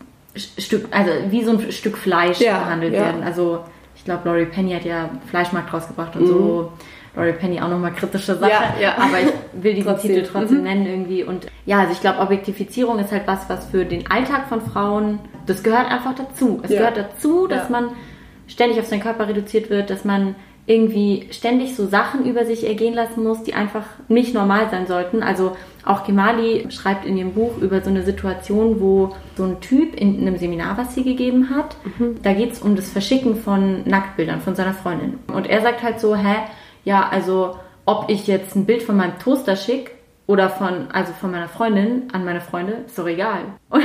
Stück, also wie so ein Stück Fleisch ja, behandelt ja. werden. Also ich glaube, Laurie Penny hat ja Fleischmarkt rausgebracht und mhm. so. Laurie Penny auch nochmal kritische Sache, ja, ja. aber ich will diesen trotzdem. Titel trotzdem mhm. nennen irgendwie. Und ja, also ich glaube, Objektifizierung ist halt was, was für den Alltag von Frauen, das gehört einfach dazu. Es ja. gehört dazu, dass ja. man ständig auf seinen Körper reduziert wird, dass man irgendwie ständig so Sachen über sich ergehen lassen muss, die einfach nicht normal sein sollten. Also auch Kemali schreibt in ihrem Buch über so eine Situation, wo so ein Typ in einem Seminar, was sie gegeben hat, mhm. da geht es um das Verschicken von Nacktbildern von seiner Freundin. Und er sagt halt so, hä, ja, also ob ich jetzt ein Bild von meinem Toaster schicke oder von, also von meiner Freundin an meine Freunde, ist doch egal. Und,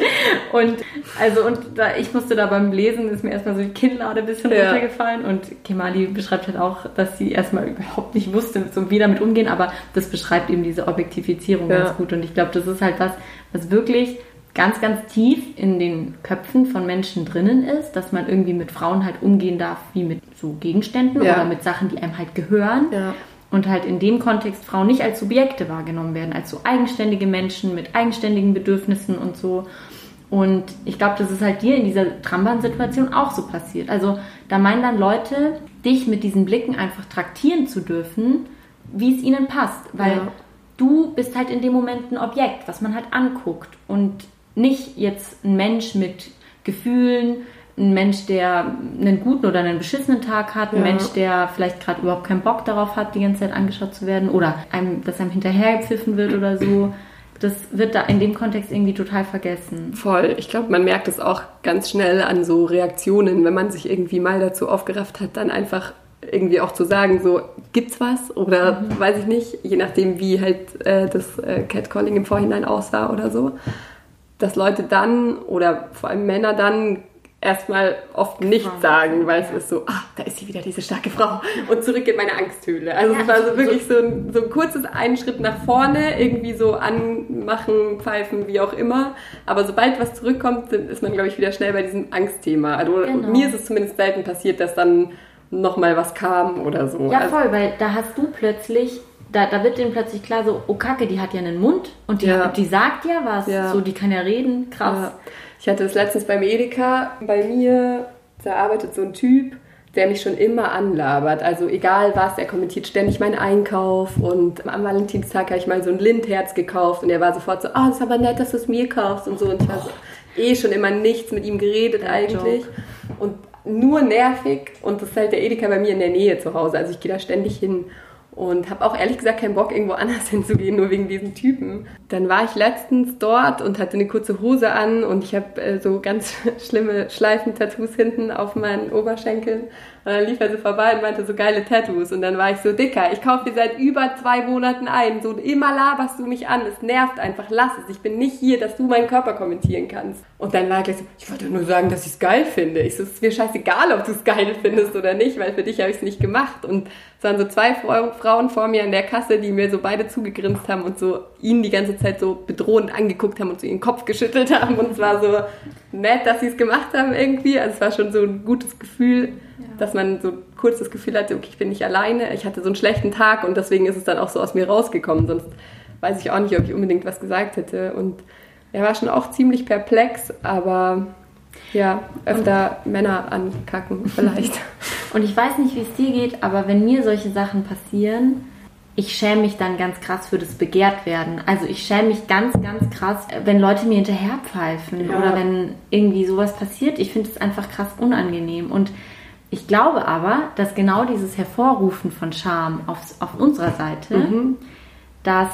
und also, und da, ich musste da beim Lesen, ist mir erstmal so die Kinnlade ein bisschen ja. runtergefallen und Kemali beschreibt halt auch, dass sie erstmal überhaupt nicht wusste, so wie damit umgehen, aber das beschreibt eben diese Objektifizierung ja. ganz gut und ich glaube, das ist halt was, was wirklich ganz, ganz tief in den Köpfen von Menschen drinnen ist, dass man irgendwie mit Frauen halt umgehen darf, wie mit so Gegenständen ja. oder mit Sachen, die einem halt gehören. Ja. Und halt in dem Kontext Frauen nicht als Subjekte wahrgenommen werden, als so eigenständige Menschen mit eigenständigen Bedürfnissen und so. Und ich glaube, das ist halt dir in dieser Trambahn-Situation auch so passiert. Also da meinen dann Leute, dich mit diesen Blicken einfach traktieren zu dürfen, wie es ihnen passt. Weil ja. du bist halt in dem Moment ein Objekt, was man halt anguckt. Und nicht jetzt ein Mensch mit Gefühlen, ein Mensch, der einen guten oder einen beschissenen Tag hat, ein ja. Mensch, der vielleicht gerade überhaupt keinen Bock darauf hat, die ganze Zeit angeschaut zu werden oder einem, dass einem hinterhergepfiffen wird oder so. Das wird da in dem Kontext irgendwie total vergessen. Voll. Ich glaube, man merkt es auch ganz schnell an so Reaktionen, wenn man sich irgendwie mal dazu aufgerafft hat, dann einfach irgendwie auch zu sagen, so, gibt's was? Oder mhm. weiß ich nicht, je nachdem, wie halt äh, das äh, Catcalling im Vorhinein aussah oder so. Dass Leute dann oder vor allem Männer dann erstmal oft nichts sagen, weil es ist so, ah, da ist sie wieder, diese starke Frau und zurück in meine Angsthöhle. Also ja, es war so wirklich so ein, so ein kurzes einen Schritt nach vorne, irgendwie so anmachen, pfeifen, wie auch immer. Aber sobald was zurückkommt, ist man, glaube ich, wieder schnell bei diesem Angstthema. Also genau. Mir ist es zumindest selten passiert, dass dann nochmal was kam oder so. Ja, also, voll, weil da hast du plötzlich... Da, da wird denen plötzlich klar so, oh Kacke, die hat ja einen Mund und die, ja. die sagt ja was, ja. so die kann ja reden, krass. Ja. Ich hatte das letztens beim Edeka, bei mir, da arbeitet so ein Typ, der mich schon immer anlabert, also egal was, er kommentiert ständig meinen Einkauf und am Valentinstag habe ich mal so ein Lindherz gekauft und er war sofort so, ah, oh, das ist aber nett, dass du es mir kaufst und so und ich war so, eh schon immer nichts mit ihm geredet der eigentlich Joke. Und nur nervig und das ist halt der Edeka bei mir in der Nähe zu Hause, also ich gehe da ständig hin. Und habe auch ehrlich gesagt keinen Bock, irgendwo anders hinzugehen, nur wegen diesen Typen. Dann war ich letztens dort und hatte eine kurze Hose an und ich habe äh, so ganz schlimme Schleifen-Tattoos hinten auf meinen Oberschenkeln. Und dann lief er so vorbei und meinte so geile Tattoos. Und dann war ich so, Dicker, ich kaufe dir seit über zwei Monaten ein. So immer laberst du mich an. Es nervt einfach, lass es. Ich bin nicht hier, dass du meinen Körper kommentieren kannst. Und dann war er gleich so, ich wollte nur sagen, dass ich es geil finde. Ich so, es ist mir scheißegal, ob du es geil findest oder nicht, weil für dich habe ich es nicht gemacht. Und es waren so zwei Frauen vor mir an der Kasse, die mir so beide zugegrinst haben und so ihn die ganze Zeit so bedrohend angeguckt haben und so ihren Kopf geschüttelt haben. Und es war so nett, dass sie es gemacht haben irgendwie. Also es war schon so ein gutes Gefühl, ja. dass man so kurz das Gefühl hatte, okay, ich bin nicht alleine. Ich hatte so einen schlechten Tag und deswegen ist es dann auch so aus mir rausgekommen. Sonst weiß ich auch nicht, ob ich unbedingt was gesagt hätte. Und er war schon auch ziemlich perplex, aber ja, öfter und Männer ankacken vielleicht. Und ich weiß nicht, wie es dir geht, aber wenn mir solche Sachen passieren, ich schäme mich dann ganz krass für das Begehrtwerden. Also ich schäme mich ganz, ganz krass, wenn Leute mir hinterherpfeifen ja. oder wenn irgendwie sowas passiert. Ich finde es einfach krass unangenehm. Und ich glaube aber, dass genau dieses Hervorrufen von Scham auf, auf unserer Seite, mhm. dass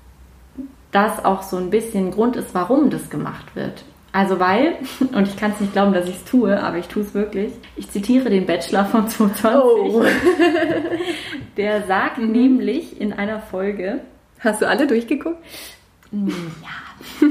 das auch so ein bisschen Grund ist, warum das gemacht wird. Also weil, und ich kann es nicht glauben, dass ich es tue, aber ich tue es wirklich, ich zitiere den Bachelor von zweiundzwanzig. Oh. Der sagt mhm. nämlich in einer Folge... Hast du alle durchgeguckt? Ja.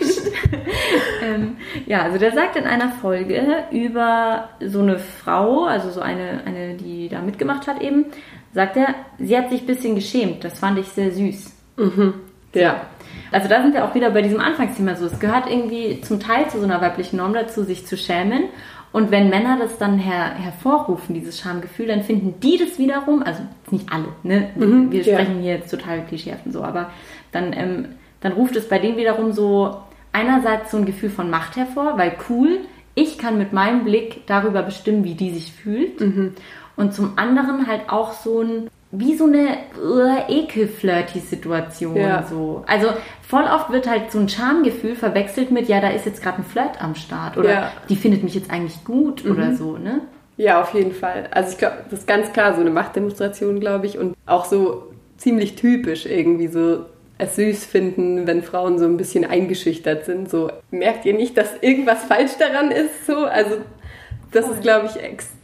ähm, ja, also der sagt in einer Folge über so eine Frau, also so eine, eine, die da mitgemacht hat eben, sagt er, sie hat sich ein bisschen geschämt. Das fand ich sehr süß. Mhm. Ja. Also da sind wir auch wieder bei diesem Anfangsthema so. Es gehört irgendwie zum Teil zu so einer weiblichen Norm dazu, sich zu schämen. Und wenn Männer das dann her- hervorrufen, dieses Schamgefühl, dann finden die das wiederum, also nicht alle, ne? Mhm, wir ja. sprechen hier jetzt total klischeehaft und so, aber dann, ähm, dann ruft es bei denen wiederum so einerseits so ein Gefühl von Macht hervor, weil cool, ich kann mit meinem Blick darüber bestimmen, wie die sich fühlt. Mhm. Und zum anderen halt auch so ein wie so eine uh, Ekel-Flirty-Situation. Ja. So. Also voll oft wird halt so ein Schamgefühl verwechselt mit, ja, da ist jetzt gerade ein Flirt am Start oder ja. die findet mich jetzt eigentlich gut mhm. oder so, ne? Ja, auf jeden Fall. Also ich glaube, das ist ganz klar so eine Machtdemonstration, glaube ich, und auch so ziemlich typisch irgendwie so es süß finden, wenn Frauen so ein bisschen eingeschüchtert sind. So, merkt ihr nicht, dass irgendwas falsch daran ist? So, also das voll. Ist, glaube ich, ex-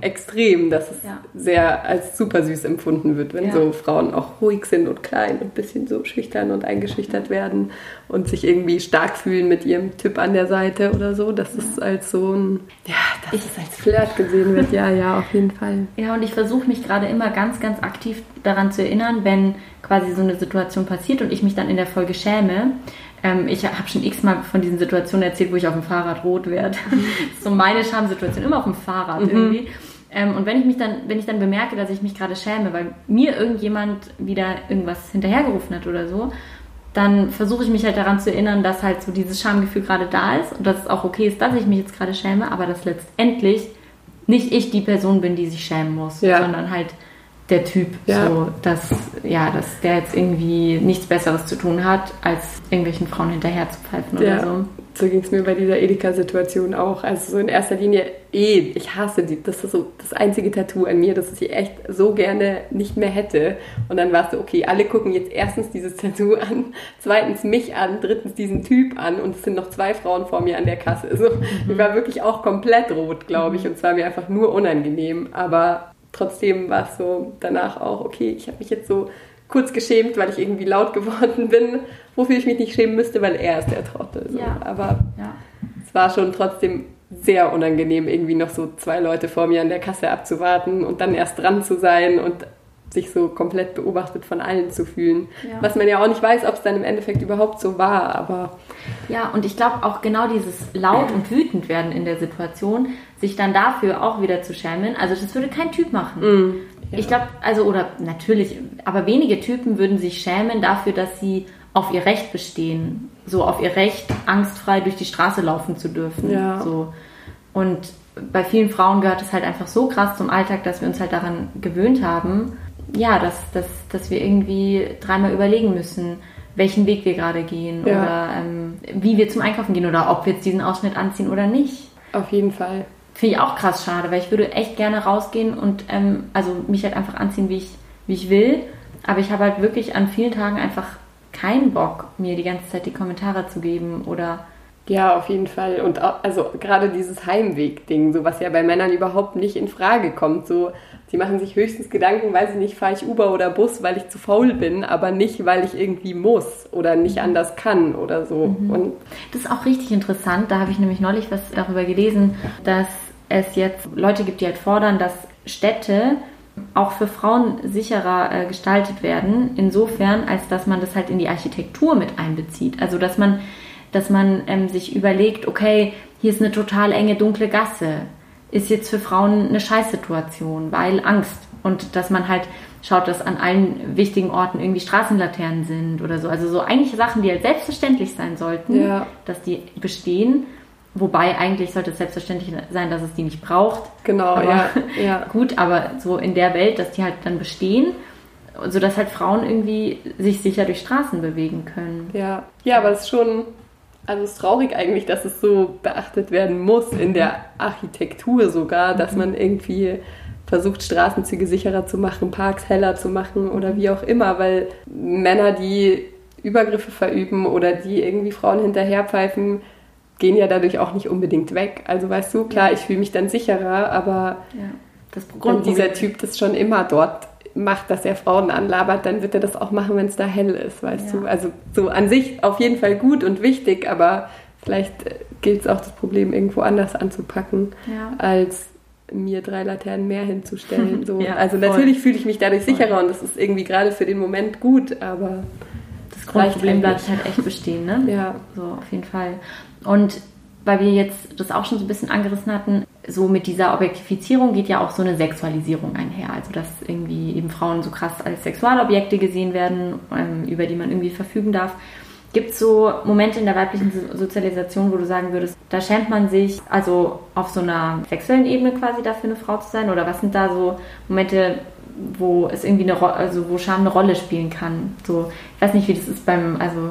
extrem, dass es ja. sehr als super süß empfunden wird, wenn ja. so Frauen auch ruhig sind und klein und ein bisschen so schüchtern und eingeschüchtert werden und sich irgendwie stark fühlen mit ihrem Typ an der Seite oder so, dass es als so ein, ja, dass ich, es als Flirt gesehen wird. Ja, ja, auf jeden Fall. Ja, und ich versuche mich gerade immer ganz, ganz aktiv daran zu erinnern, wenn quasi so eine Situation passiert und ich mich dann in der Folge schäme. Ähm, ich habe schon x-mal von diesen Situationen erzählt, wo ich auf dem Fahrrad rot werde. Das ist so meine Schamsituation, immer auf dem Fahrrad mhm. irgendwie. Ähm, und wenn ich mich dann, wenn ich dann bemerke, dass ich mich gerade schäme, weil mir irgendjemand wieder irgendwas hinterhergerufen hat oder so, dann versuche ich mich halt daran zu erinnern, dass halt so dieses Schamgefühl gerade da ist und dass es auch okay ist, dass ich mich jetzt gerade schäme, aber dass letztendlich nicht ich die Person bin, die sich schämen muss, ja. sondern halt der Typ, ja. so, dass, ja, dass der jetzt irgendwie nichts Besseres zu tun hat, als irgendwelchen Frauen hinterher zu pfeifen ja. oder so. So ging es mir bei dieser Edeka-Situation auch. Also so in erster Linie, eh, ich hasse die. Das ist so das einzige Tattoo an mir, das ich echt so gerne nicht mehr hätte. Und dann war es so, okay, alle gucken jetzt erstens dieses Tattoo an, zweitens mich an, drittens diesen Typ an und es sind noch zwei Frauen vor mir an der Kasse. Also mhm. ich war wirklich auch komplett rot, glaube ich. Und es war mir einfach nur unangenehm. Aber trotzdem war es so danach auch, okay, ich habe mich jetzt so kurz geschämt, weil ich irgendwie laut geworden bin, wofür ich mich nicht schämen müsste, weil er ist der Trottel. So. Ja. Aber ja. es war schon trotzdem sehr unangenehm, irgendwie noch so zwei Leute vor mir an der Kasse abzuwarten und dann erst dran zu sein und sich so komplett beobachtet von allen zu fühlen. Ja. Was man ja auch nicht weiß, ob es dann im Endeffekt überhaupt so war, aber... Ja, und ich glaube auch genau dieses laut und wütend werden in der Situation, sich dann dafür auch wieder zu schämen, also das würde kein Typ machen. Mm, ja. Ich glaube, also, oder natürlich, aber wenige Typen würden sich schämen dafür, dass sie auf ihr Recht bestehen, so auf ihr Recht, angstfrei durch die Straße laufen zu dürfen. Ja. So. Und bei vielen Frauen gehört es halt einfach so krass zum Alltag, dass wir uns halt daran gewöhnt haben, ja, dass, dass, dass wir irgendwie dreimal überlegen müssen, welchen Weg wir gerade gehen ja. oder ähm, wie wir zum Einkaufen gehen oder ob wir jetzt diesen Ausschnitt anziehen oder nicht. Auf jeden Fall. Finde ich auch krass schade, weil ich würde echt gerne rausgehen und ähm, also mich halt einfach anziehen, wie ich, wie ich will. Aber ich habe halt wirklich an vielen Tagen einfach keinen Bock, mir die ganze Zeit die Kommentare zu geben oder... Ja, auf jeden Fall. Und auch, also gerade dieses Heimweg-Ding, so was ja bei Männern überhaupt nicht in Frage kommt. So, sie machen sich höchstens Gedanken, weiß ich nicht, fahre ich Uber oder Bus, weil ich zu faul bin, aber nicht, weil ich irgendwie muss oder nicht anders kann oder so. Mhm. Und das ist auch richtig interessant. Da habe ich nämlich neulich was darüber gelesen, dass es jetzt Leute gibt, die halt fordern, dass Städte auch für Frauen sicherer äh, gestaltet werden, insofern, als dass man das halt in die Architektur mit einbezieht. Also, dass man dass man ähm, sich überlegt, okay, hier ist eine total enge, dunkle Gasse, ist jetzt für Frauen eine Scheißsituation, weil Angst. Und dass man halt schaut, dass an allen wichtigen Orten irgendwie Straßenlaternen sind oder so. Also so eigentlich Sachen, die halt selbstverständlich sein sollten, ja. dass die bestehen. Wobei eigentlich sollte es selbstverständlich sein, dass es die nicht braucht. Genau, aber, ja, ja. Gut, aber so in der Welt, dass die halt dann bestehen, sodass halt Frauen irgendwie sich sicher durch Straßen bewegen können. Ja, ja, aber es ist schon... Also es ist traurig eigentlich, dass es so beachtet werden muss, in der Architektur sogar, dass man irgendwie versucht, Straßenzüge sicherer zu machen, Parks heller zu machen oder wie auch immer, weil Männer, die Übergriffe verüben oder die irgendwie Frauen hinterherpfeifen, gehen ja dadurch auch nicht unbedingt weg. Also weißt du, klar, ich fühle mich dann sicherer, aber ja, das wenn dieser Typ das schon immer dort macht, dass er Frauen anlabert, dann wird er das auch machen, wenn es da hell ist, weißt ja. du. Also so an sich auf jeden Fall gut und wichtig, aber vielleicht gilt es auch, das Problem irgendwo anders anzupacken, ja. als mir drei Laternen mehr hinzustellen. So. Ja, also voll. Natürlich fühle ich mich dadurch sicherer voll. Und das ist irgendwie gerade für den Moment gut, aber das Grundproblem bleibt halt echt bestehen, ne? Ja. So, auf jeden Fall. Und weil wir jetzt das auch schon so ein bisschen angerissen hatten, so mit dieser Objektifizierung geht ja auch so eine Sexualisierung einher. Also dass irgendwie eben Frauen so krass als Sexualobjekte gesehen werden, ähm, über die man irgendwie verfügen darf. Gibt es so Momente in der weiblichen Sozialisation, wo du sagen würdest, da schämt man sich, also auf so einer sexuellen Ebene quasi dafür eine Frau zu sein? Oder was sind da so Momente, wo es irgendwie eine Ro- also wo Scham eine Rolle spielen kann? So, ich weiß nicht, wie das ist beim, also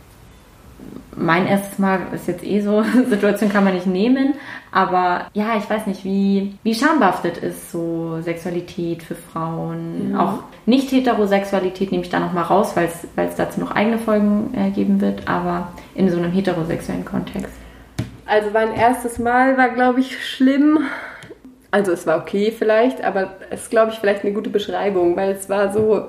mein erstes Mal ist jetzt eh so, Situation kann man nicht nehmen, aber ja, ich weiß nicht, wie, wie schambehaftet ist so Sexualität für Frauen. Mhm. Auch Nicht-Heterosexualität nehme ich da nochmal raus, weil es dazu noch eigene Folgen äh, geben wird, aber in so einem heterosexuellen Kontext. Also mein erstes Mal war, glaube ich, schlimm. Also es war okay vielleicht, aber es ist, glaube ich, vielleicht eine gute Beschreibung, weil es war so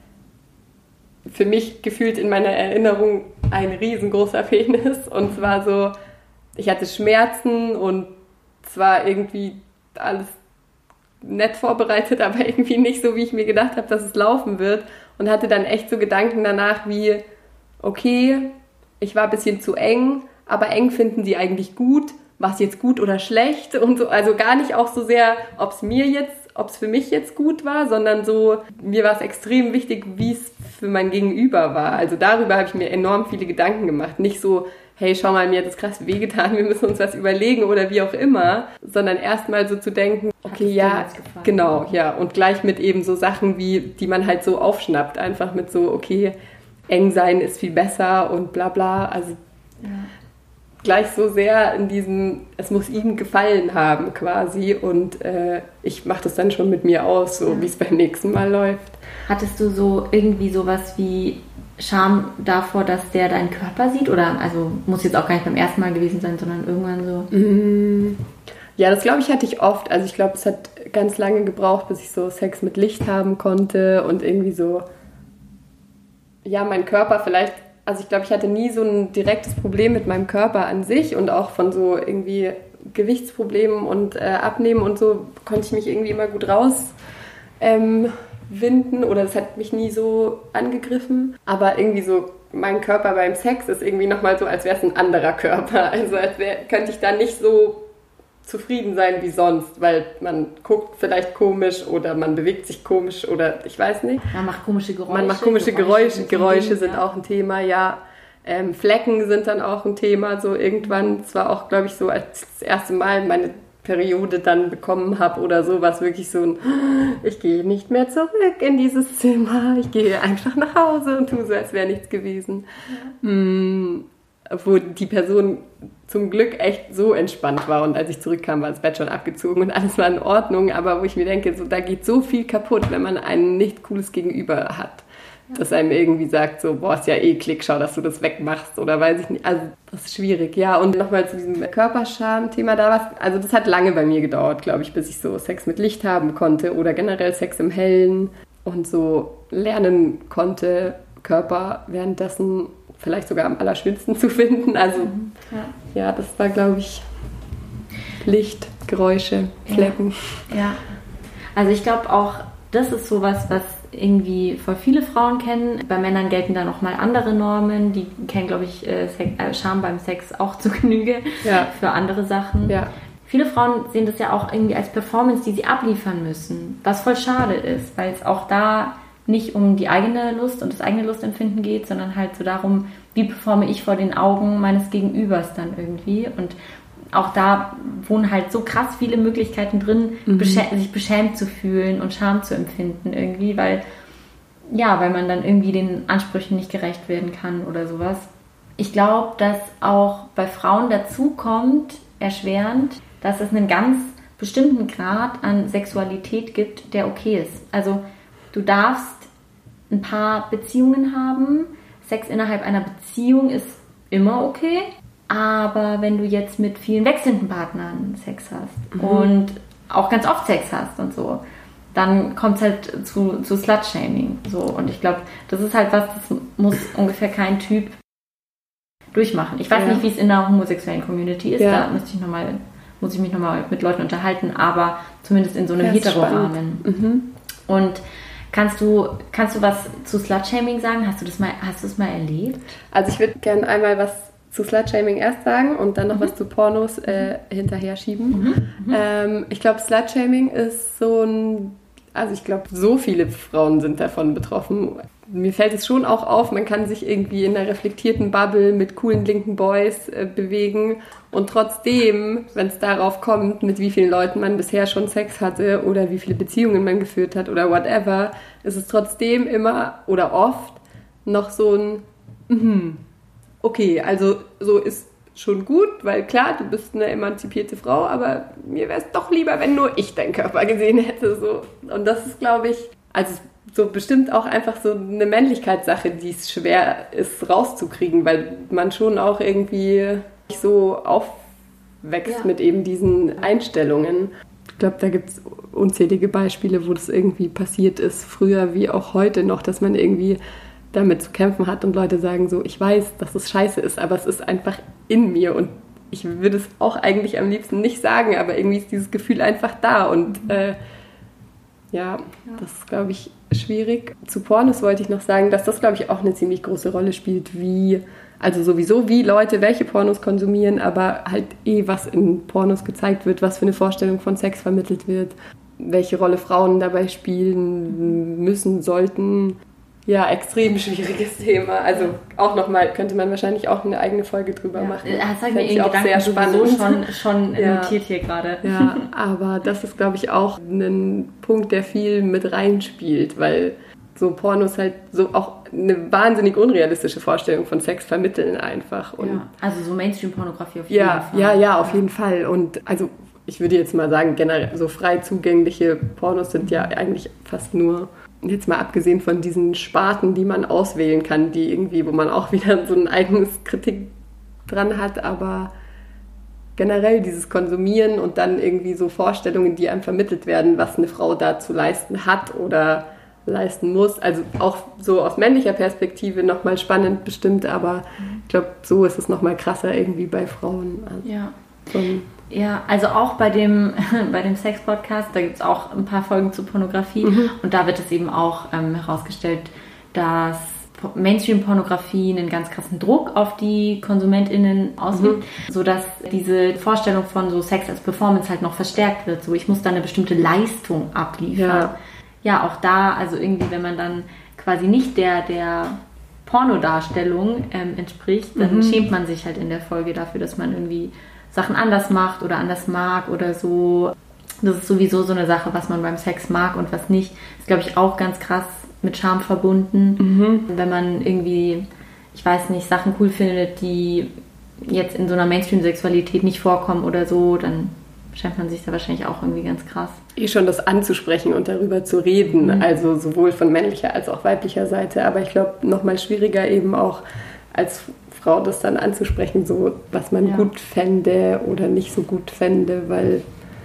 für mich gefühlt in meiner Erinnerung ein riesengroßer Penis und es war so, ich hatte Schmerzen und es war irgendwie alles nett vorbereitet, aber irgendwie nicht so, wie ich mir gedacht habe, dass es laufen wird und hatte dann echt so Gedanken danach wie, okay, ich war ein bisschen zu eng, aber eng finden die eigentlich gut, war es jetzt gut oder schlecht und so, also gar nicht auch so sehr, ob es mir jetzt, ob es für mich jetzt gut war, sondern so, mir war es extrem wichtig, wie es für mein Gegenüber war. Also darüber habe ich mir enorm viele Gedanken gemacht. Nicht so, hey, schau mal, mir hat das krass wehgetan, wir müssen uns was überlegen oder wie auch immer, sondern erstmal so zu denken, okay, ja, genau, ja, und gleich mit eben so Sachen wie, die man halt so aufschnappt, einfach mit so, okay, eng sein ist viel besser und bla bla, also ja. Gleich so sehr in diesem, es muss ihm gefallen haben quasi und äh, ich mache das dann schon mit mir aus, so ja. Wie es beim nächsten Mal läuft. Hattest du so irgendwie sowas wie Scham davor, dass der deinen Körper sieht? Oder, also muss jetzt auch gar nicht beim ersten Mal gewesen sein, sondern irgendwann so? Mm, ja, das glaube ich hatte ich oft. Also ich glaube, es hat ganz lange gebraucht, bis ich so Sex mit Licht haben konnte und irgendwie so, ja, mein Körper vielleicht, also ich glaube, ich hatte nie so ein direktes Problem mit meinem Körper an sich und auch von so irgendwie Gewichtsproblemen und äh, Abnehmen und so konnte ich mich irgendwie immer gut raus ähm, winden oder das hat mich nie so angegriffen. Aber irgendwie so mein Körper beim Sex ist irgendwie nochmal so, als wäre es ein anderer Körper. Also als wär, könnte ich da nicht so zufrieden sein wie sonst, weil man guckt vielleicht komisch oder man bewegt sich komisch oder ich weiß nicht. Man macht komische Geräusche. Man macht komische Geräusche. Geräusche, Geräusche sind ja. auch ein Thema, ja. Ähm, Flecken sind dann auch ein Thema, so irgendwann. Es war auch, glaube ich, so, als ich das erste Mal meine Periode dann bekommen habe oder so, war es wirklich so ein, ich gehe nicht mehr zurück in dieses Zimmer, ich gehe einfach nach Hause und tue so, als wäre nichts gewesen. Ja. Mm, wo die Person zum Glück echt so entspannt war und als ich zurückkam, war das Bett schon abgezogen und alles war in Ordnung, aber wo ich mir denke, so, da geht so viel kaputt, wenn man ein nicht cooles Gegenüber hat, ja. Dass einem irgendwie sagt, so, boah, ist ja eklig, schau, dass du das wegmachst oder weiß ich nicht, also das ist schwierig, ja, und nochmal zu diesem Körperscham-Thema da was, also das hat lange bei mir gedauert, glaube ich, bis ich so Sex mit Licht haben konnte oder generell Sex im Hellen und so lernen konnte, Körper währenddessen vielleicht sogar am allerschönsten zu finden. Also ja, ja das war, glaube ich, Licht, Geräusche, Flecken. Ja, ja. Also ich glaube auch, das ist sowas, was irgendwie voll viele Frauen kennen. Bei Männern gelten da nochmal andere Normen. Die kennen, glaube ich, Scham beim Sex auch zu Genüge ja. für andere Sachen. Ja. Viele Frauen sehen das ja auch irgendwie als Performance, die sie abliefern müssen, was voll schade ist, weil es auch da nicht um die eigene Lust und das eigene Lustempfinden geht, sondern halt so darum, wie performe ich vor den Augen meines Gegenübers dann irgendwie. Und auch da wohnen halt so krass viele Möglichkeiten drin, mhm. beschä- sich beschämt zu fühlen und Scham zu empfinden irgendwie, weil, ja, weil man dann irgendwie den Ansprüchen nicht gerecht werden kann oder sowas. Ich glaube, dass auch bei Frauen dazu kommt, erschwerend, dass es einen ganz bestimmten Grad an Sexualität gibt, der okay ist. Also du darfst ein paar Beziehungen haben. Sex innerhalb einer Beziehung ist immer okay. Aber wenn du jetzt mit vielen wechselnden Partnern Sex hast mhm. und auch ganz oft Sex hast und so, dann kommt es halt zu, zu Slut-Shaming. So. Und ich glaube, das ist halt was, das muss ungefähr kein Typ durchmachen. Ich weiß ja. nicht, wie es in der homosexuellen Community ist. Ja. Da müsste ich noch mal, muss ich mich nochmal mit Leuten unterhalten. Aber zumindest in so einem hetero-Rahmen. Mhm. Und Kannst du, kannst du was zu Slut-Shaming sagen? Hast du das mal, hast du das mal erlebt? Also ich würde gerne einmal was zu Slut-Shaming erst sagen und dann noch mhm. was zu Pornos äh, hinterher schieben. Mhm. Mhm. Ähm, ich glaube, Slut-Shaming ist so ein, also ich glaube, so viele Frauen sind davon betroffen. Mir fällt es schon auch auf, man kann sich irgendwie in einer reflektierten Bubble mit coolen linken Boys äh, bewegen und trotzdem, wenn es darauf kommt, mit wie vielen Leuten man bisher schon Sex hatte oder wie viele Beziehungen man geführt hat oder whatever, ist es trotzdem immer oder oft noch so ein mm, okay, also so ist schon gut, weil klar, du bist eine emanzipierte Frau, aber mir wäre es doch lieber, wenn nur ich deinen Körper gesehen hätte. So. Und das ist, glaube ich, also so bestimmt auch einfach so eine Männlichkeitssache, die es schwer ist rauszukriegen, weil man schon auch irgendwie so aufwächst ja. mit eben diesen Einstellungen. Ich glaube, da gibt es unzählige Beispiele, wo das irgendwie passiert ist, früher wie auch heute noch, dass man irgendwie damit zu kämpfen hat und Leute sagen so, ich weiß, dass es scheiße ist, aber es ist einfach in mir und ich würde es auch eigentlich am liebsten nicht sagen, aber irgendwie ist dieses Gefühl einfach da und äh, ja, ja, das ist, glaube ich, schwierig. Zu Pornos wollte ich noch sagen, dass das, glaube ich, auch eine ziemlich große Rolle spielt, wie, also sowieso wie Leute welche Pornos konsumieren, aber halt eh, was in Pornos gezeigt wird, was für eine Vorstellung von Sex vermittelt wird, welche Rolle Frauen dabei spielen müssen, sollten. Ja, extrem schwieriges Thema. Also auch nochmal, könnte man wahrscheinlich auch eine eigene Folge drüber ja. machen. Das hat mir irgendwie auch sehr spannend schon, schon ja. notiert hier gerade. Ja, aber das ist, glaube ich, auch ein Punkt, der viel mit reinspielt, weil so Pornos halt so auch eine wahnsinnig unrealistische Vorstellung von Sex vermitteln einfach. Und ja, also so Mainstream-Pornografie auf jeden ja, Fall. Ja, ja, auf ja. jeden Fall. Und also ich würde jetzt mal sagen, generell so frei zugängliche Pornos sind ja eigentlich fast nur, jetzt mal abgesehen von diesen Sparten, die man auswählen kann, die irgendwie, wo man auch wieder so ein eigenes Kritik dran hat, aber generell dieses Konsumieren und dann irgendwie so Vorstellungen, die einem vermittelt werden, was eine Frau da zu leisten hat oder leisten muss. Also auch so aus männlicher Perspektive nochmal spannend bestimmt, aber ich glaube, so ist es nochmal krasser irgendwie bei Frauen. Also ja. So Ja, also auch bei dem, bei dem Sex-Podcast, da gibt es auch ein paar Folgen zu Pornografie mhm. und da wird es eben auch ähm, herausgestellt, dass Mainstream-Pornografie einen ganz krassen Druck auf die KonsumentInnen ausübt, mhm. sodass diese Vorstellung von so Sex als Performance halt noch verstärkt wird. So, ich muss da eine bestimmte Leistung abliefern. Ja, ja auch da, also irgendwie, wenn man dann quasi nicht der, der Pornodarstellung ähm, entspricht, dann mhm. schämt man sich halt in der Folge dafür, dass man irgendwie Sachen anders macht oder anders mag oder so. Das ist sowieso so eine Sache, was man beim Sex mag und was nicht. Das ist, glaube ich, auch ganz krass mit Scham verbunden. Mhm. Wenn man irgendwie, ich weiß nicht, Sachen cool findet, die jetzt in so einer Mainstream-Sexualität nicht vorkommen oder so, dann schämt man sich da wahrscheinlich auch irgendwie ganz krass. Eh schon das anzusprechen und darüber zu reden, mhm. also sowohl von männlicher als auch weiblicher Seite. Aber ich glaube, nochmal schwieriger eben auch als Frau das dann anzusprechen, so was man ja. gut fände oder nicht so gut fände, weil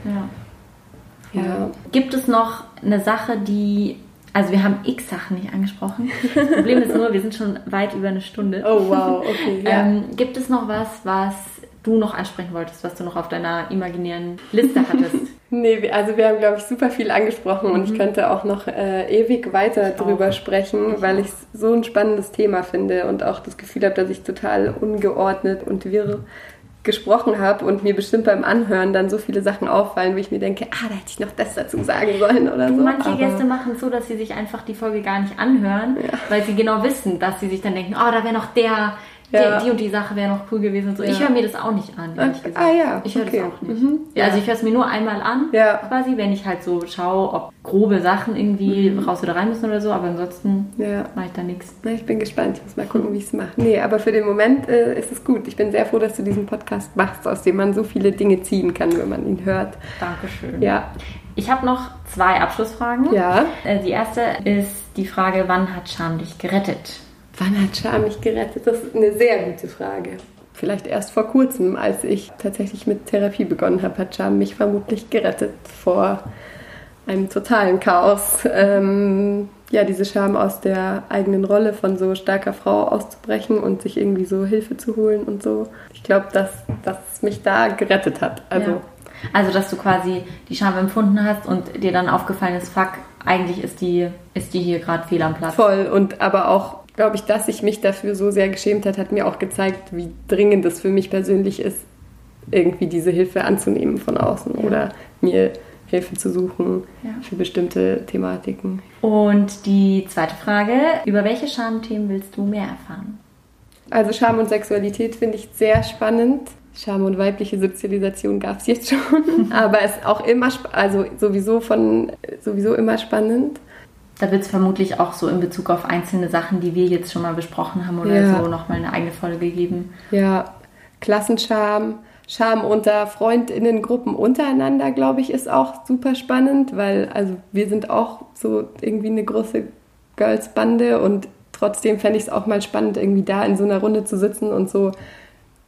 ja. ja. Gibt es noch eine Sache, die, also wir haben x Sachen nicht angesprochen. Das Problem ist nur, wir sind schon weit über eine Stunde. Oh wow, okay. Ja. Ähm, gibt es noch was, was du noch ansprechen wolltest, was du noch auf deiner imaginären Liste hattest? Nee, also wir haben, glaube ich, super viel angesprochen und mhm. ich könnte auch noch äh, ewig weiter ich drüber auch. sprechen, ich weil ich es so ein spannendes Thema finde und auch das Gefühl habe, dass ich total ungeordnet und wirr gesprochen habe und mir bestimmt beim Anhören dann so viele Sachen auffallen, wo ich mir denke, ah, da hätte ich noch das dazu sagen sollen oder so. Manche Aber Gäste machen es so, dass sie sich einfach die Folge gar nicht anhören, ja. weil sie genau wissen, dass sie sich dann denken, oh, da wäre noch der... Ja. Die, die und die Sache wäre noch cool gewesen und so. Ja. Ich höre mir das auch nicht an, ehrlich gesagt. Ah ja, ich höre okay. das auch nicht. Mhm. Ja, also ich höre es mir nur einmal an, ja. quasi, wenn ich halt so schaue, ob grobe Sachen irgendwie mhm. raus oder rein müssen oder so, aber ansonsten ja. mache ich da nichts. Na, ich bin gespannt. Ich muss mal gucken, wie ich es mache. Nee, aber für den Moment äh, ist es gut. Ich bin sehr froh, dass du diesen Podcast machst, aus dem man so viele Dinge ziehen kann, wenn man ihn hört. Dankeschön. Ja. Ich habe noch zwei Abschlussfragen. Ja. Äh, die erste ist die Frage, wann hat Scham dich gerettet? Wann hat Scham mich gerettet? Das ist eine sehr gute Frage. Vielleicht erst vor kurzem, als ich tatsächlich mit Therapie begonnen habe, hat Scham mich vermutlich gerettet vor einem totalen Chaos. Ähm, ja, diese Scham aus der eigenen Rolle von so starker Frau auszubrechen und sich irgendwie so Hilfe zu holen und so. Ich glaube, dass das mich da gerettet hat. Also, ja. also, dass du quasi die Scham empfunden hast und dir dann aufgefallen ist, fuck, eigentlich ist die, ist die hier gerade fehl am Platz. Voll, und aber auch glaube ich, dass ich mich dafür so sehr geschämt hat, hat mir auch gezeigt, wie dringend es für mich persönlich ist, irgendwie diese Hilfe anzunehmen von außen ja. oder mir Hilfe zu suchen ja. für bestimmte Thematiken. Und die zweite Frage, über welche Schamthemen willst du mehr erfahren? Also Scham und Sexualität finde ich sehr spannend. Scham und weibliche Sozialisation gab es jetzt schon, aber es ist auch immer, also sowieso von sowieso immer spannend. Da wird es vermutlich auch so in Bezug auf einzelne Sachen, die wir jetzt schon mal besprochen haben oder ja. so, nochmal eine eigene Folge geben. Ja, Klassenscham, Scham unter Freundinnengruppen untereinander, glaube ich, ist auch super spannend, weil also wir sind auch so irgendwie eine große Girls-Bande und trotzdem fände ich es auch mal spannend, irgendwie da in so einer Runde zu sitzen und so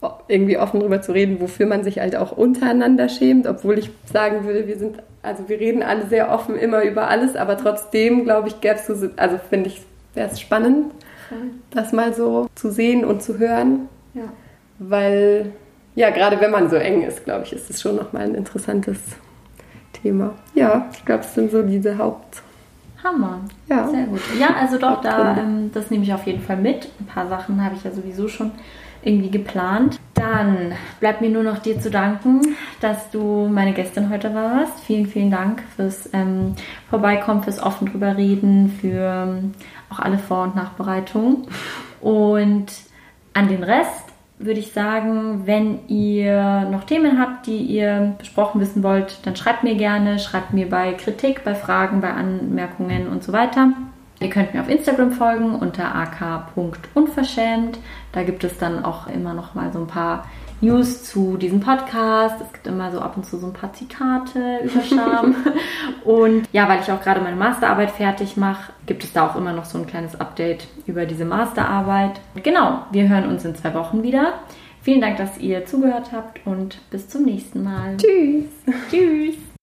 irgendwie offen drüber zu reden, wofür man sich halt auch untereinander schämt, obwohl ich sagen würde, wir sind, also wir reden alle sehr offen immer über alles, aber trotzdem, glaube ich, gäbe es so, also finde ich, wäre es spannend, okay. das mal so zu sehen und zu hören, ja. weil, ja, gerade wenn man so eng ist, glaube ich, ist es schon nochmal ein interessantes Thema. Ja, ich glaube, es sind so diese Haupt... Hammer, ja. Sehr gut. Ja, also doch, da, ähm, das nehme ich auf jeden Fall mit. Ein paar Sachen habe ich ja sowieso schon irgendwie geplant. Dann bleibt mir nur noch dir zu danken, dass du meine Gästin heute warst. Vielen, vielen Dank fürs ähm, Vorbeikommen, fürs offen drüber reden, für ähm, auch alle Vor- und Nachbereitungen. Und an den Rest würde ich sagen, wenn ihr noch Themen habt, die ihr besprochen wissen wollt, dann schreibt mir gerne, schreibt mir bei Kritik, bei Fragen, bei Anmerkungen und so weiter. Ihr könnt mir auf Instagram folgen unter a k punkt unverschämt. Da gibt es dann auch immer noch mal so ein paar News zu diesem Podcast. Es gibt immer so ab und zu so ein paar Zitate über Scham. Und ja, weil ich auch gerade meine Masterarbeit fertig mache, gibt es da auch immer noch so ein kleines Update über diese Masterarbeit. Genau, wir hören uns in zwei Wochen wieder. Vielen Dank, dass ihr zugehört habt und bis zum nächsten Mal. Tschüss. Tschüss.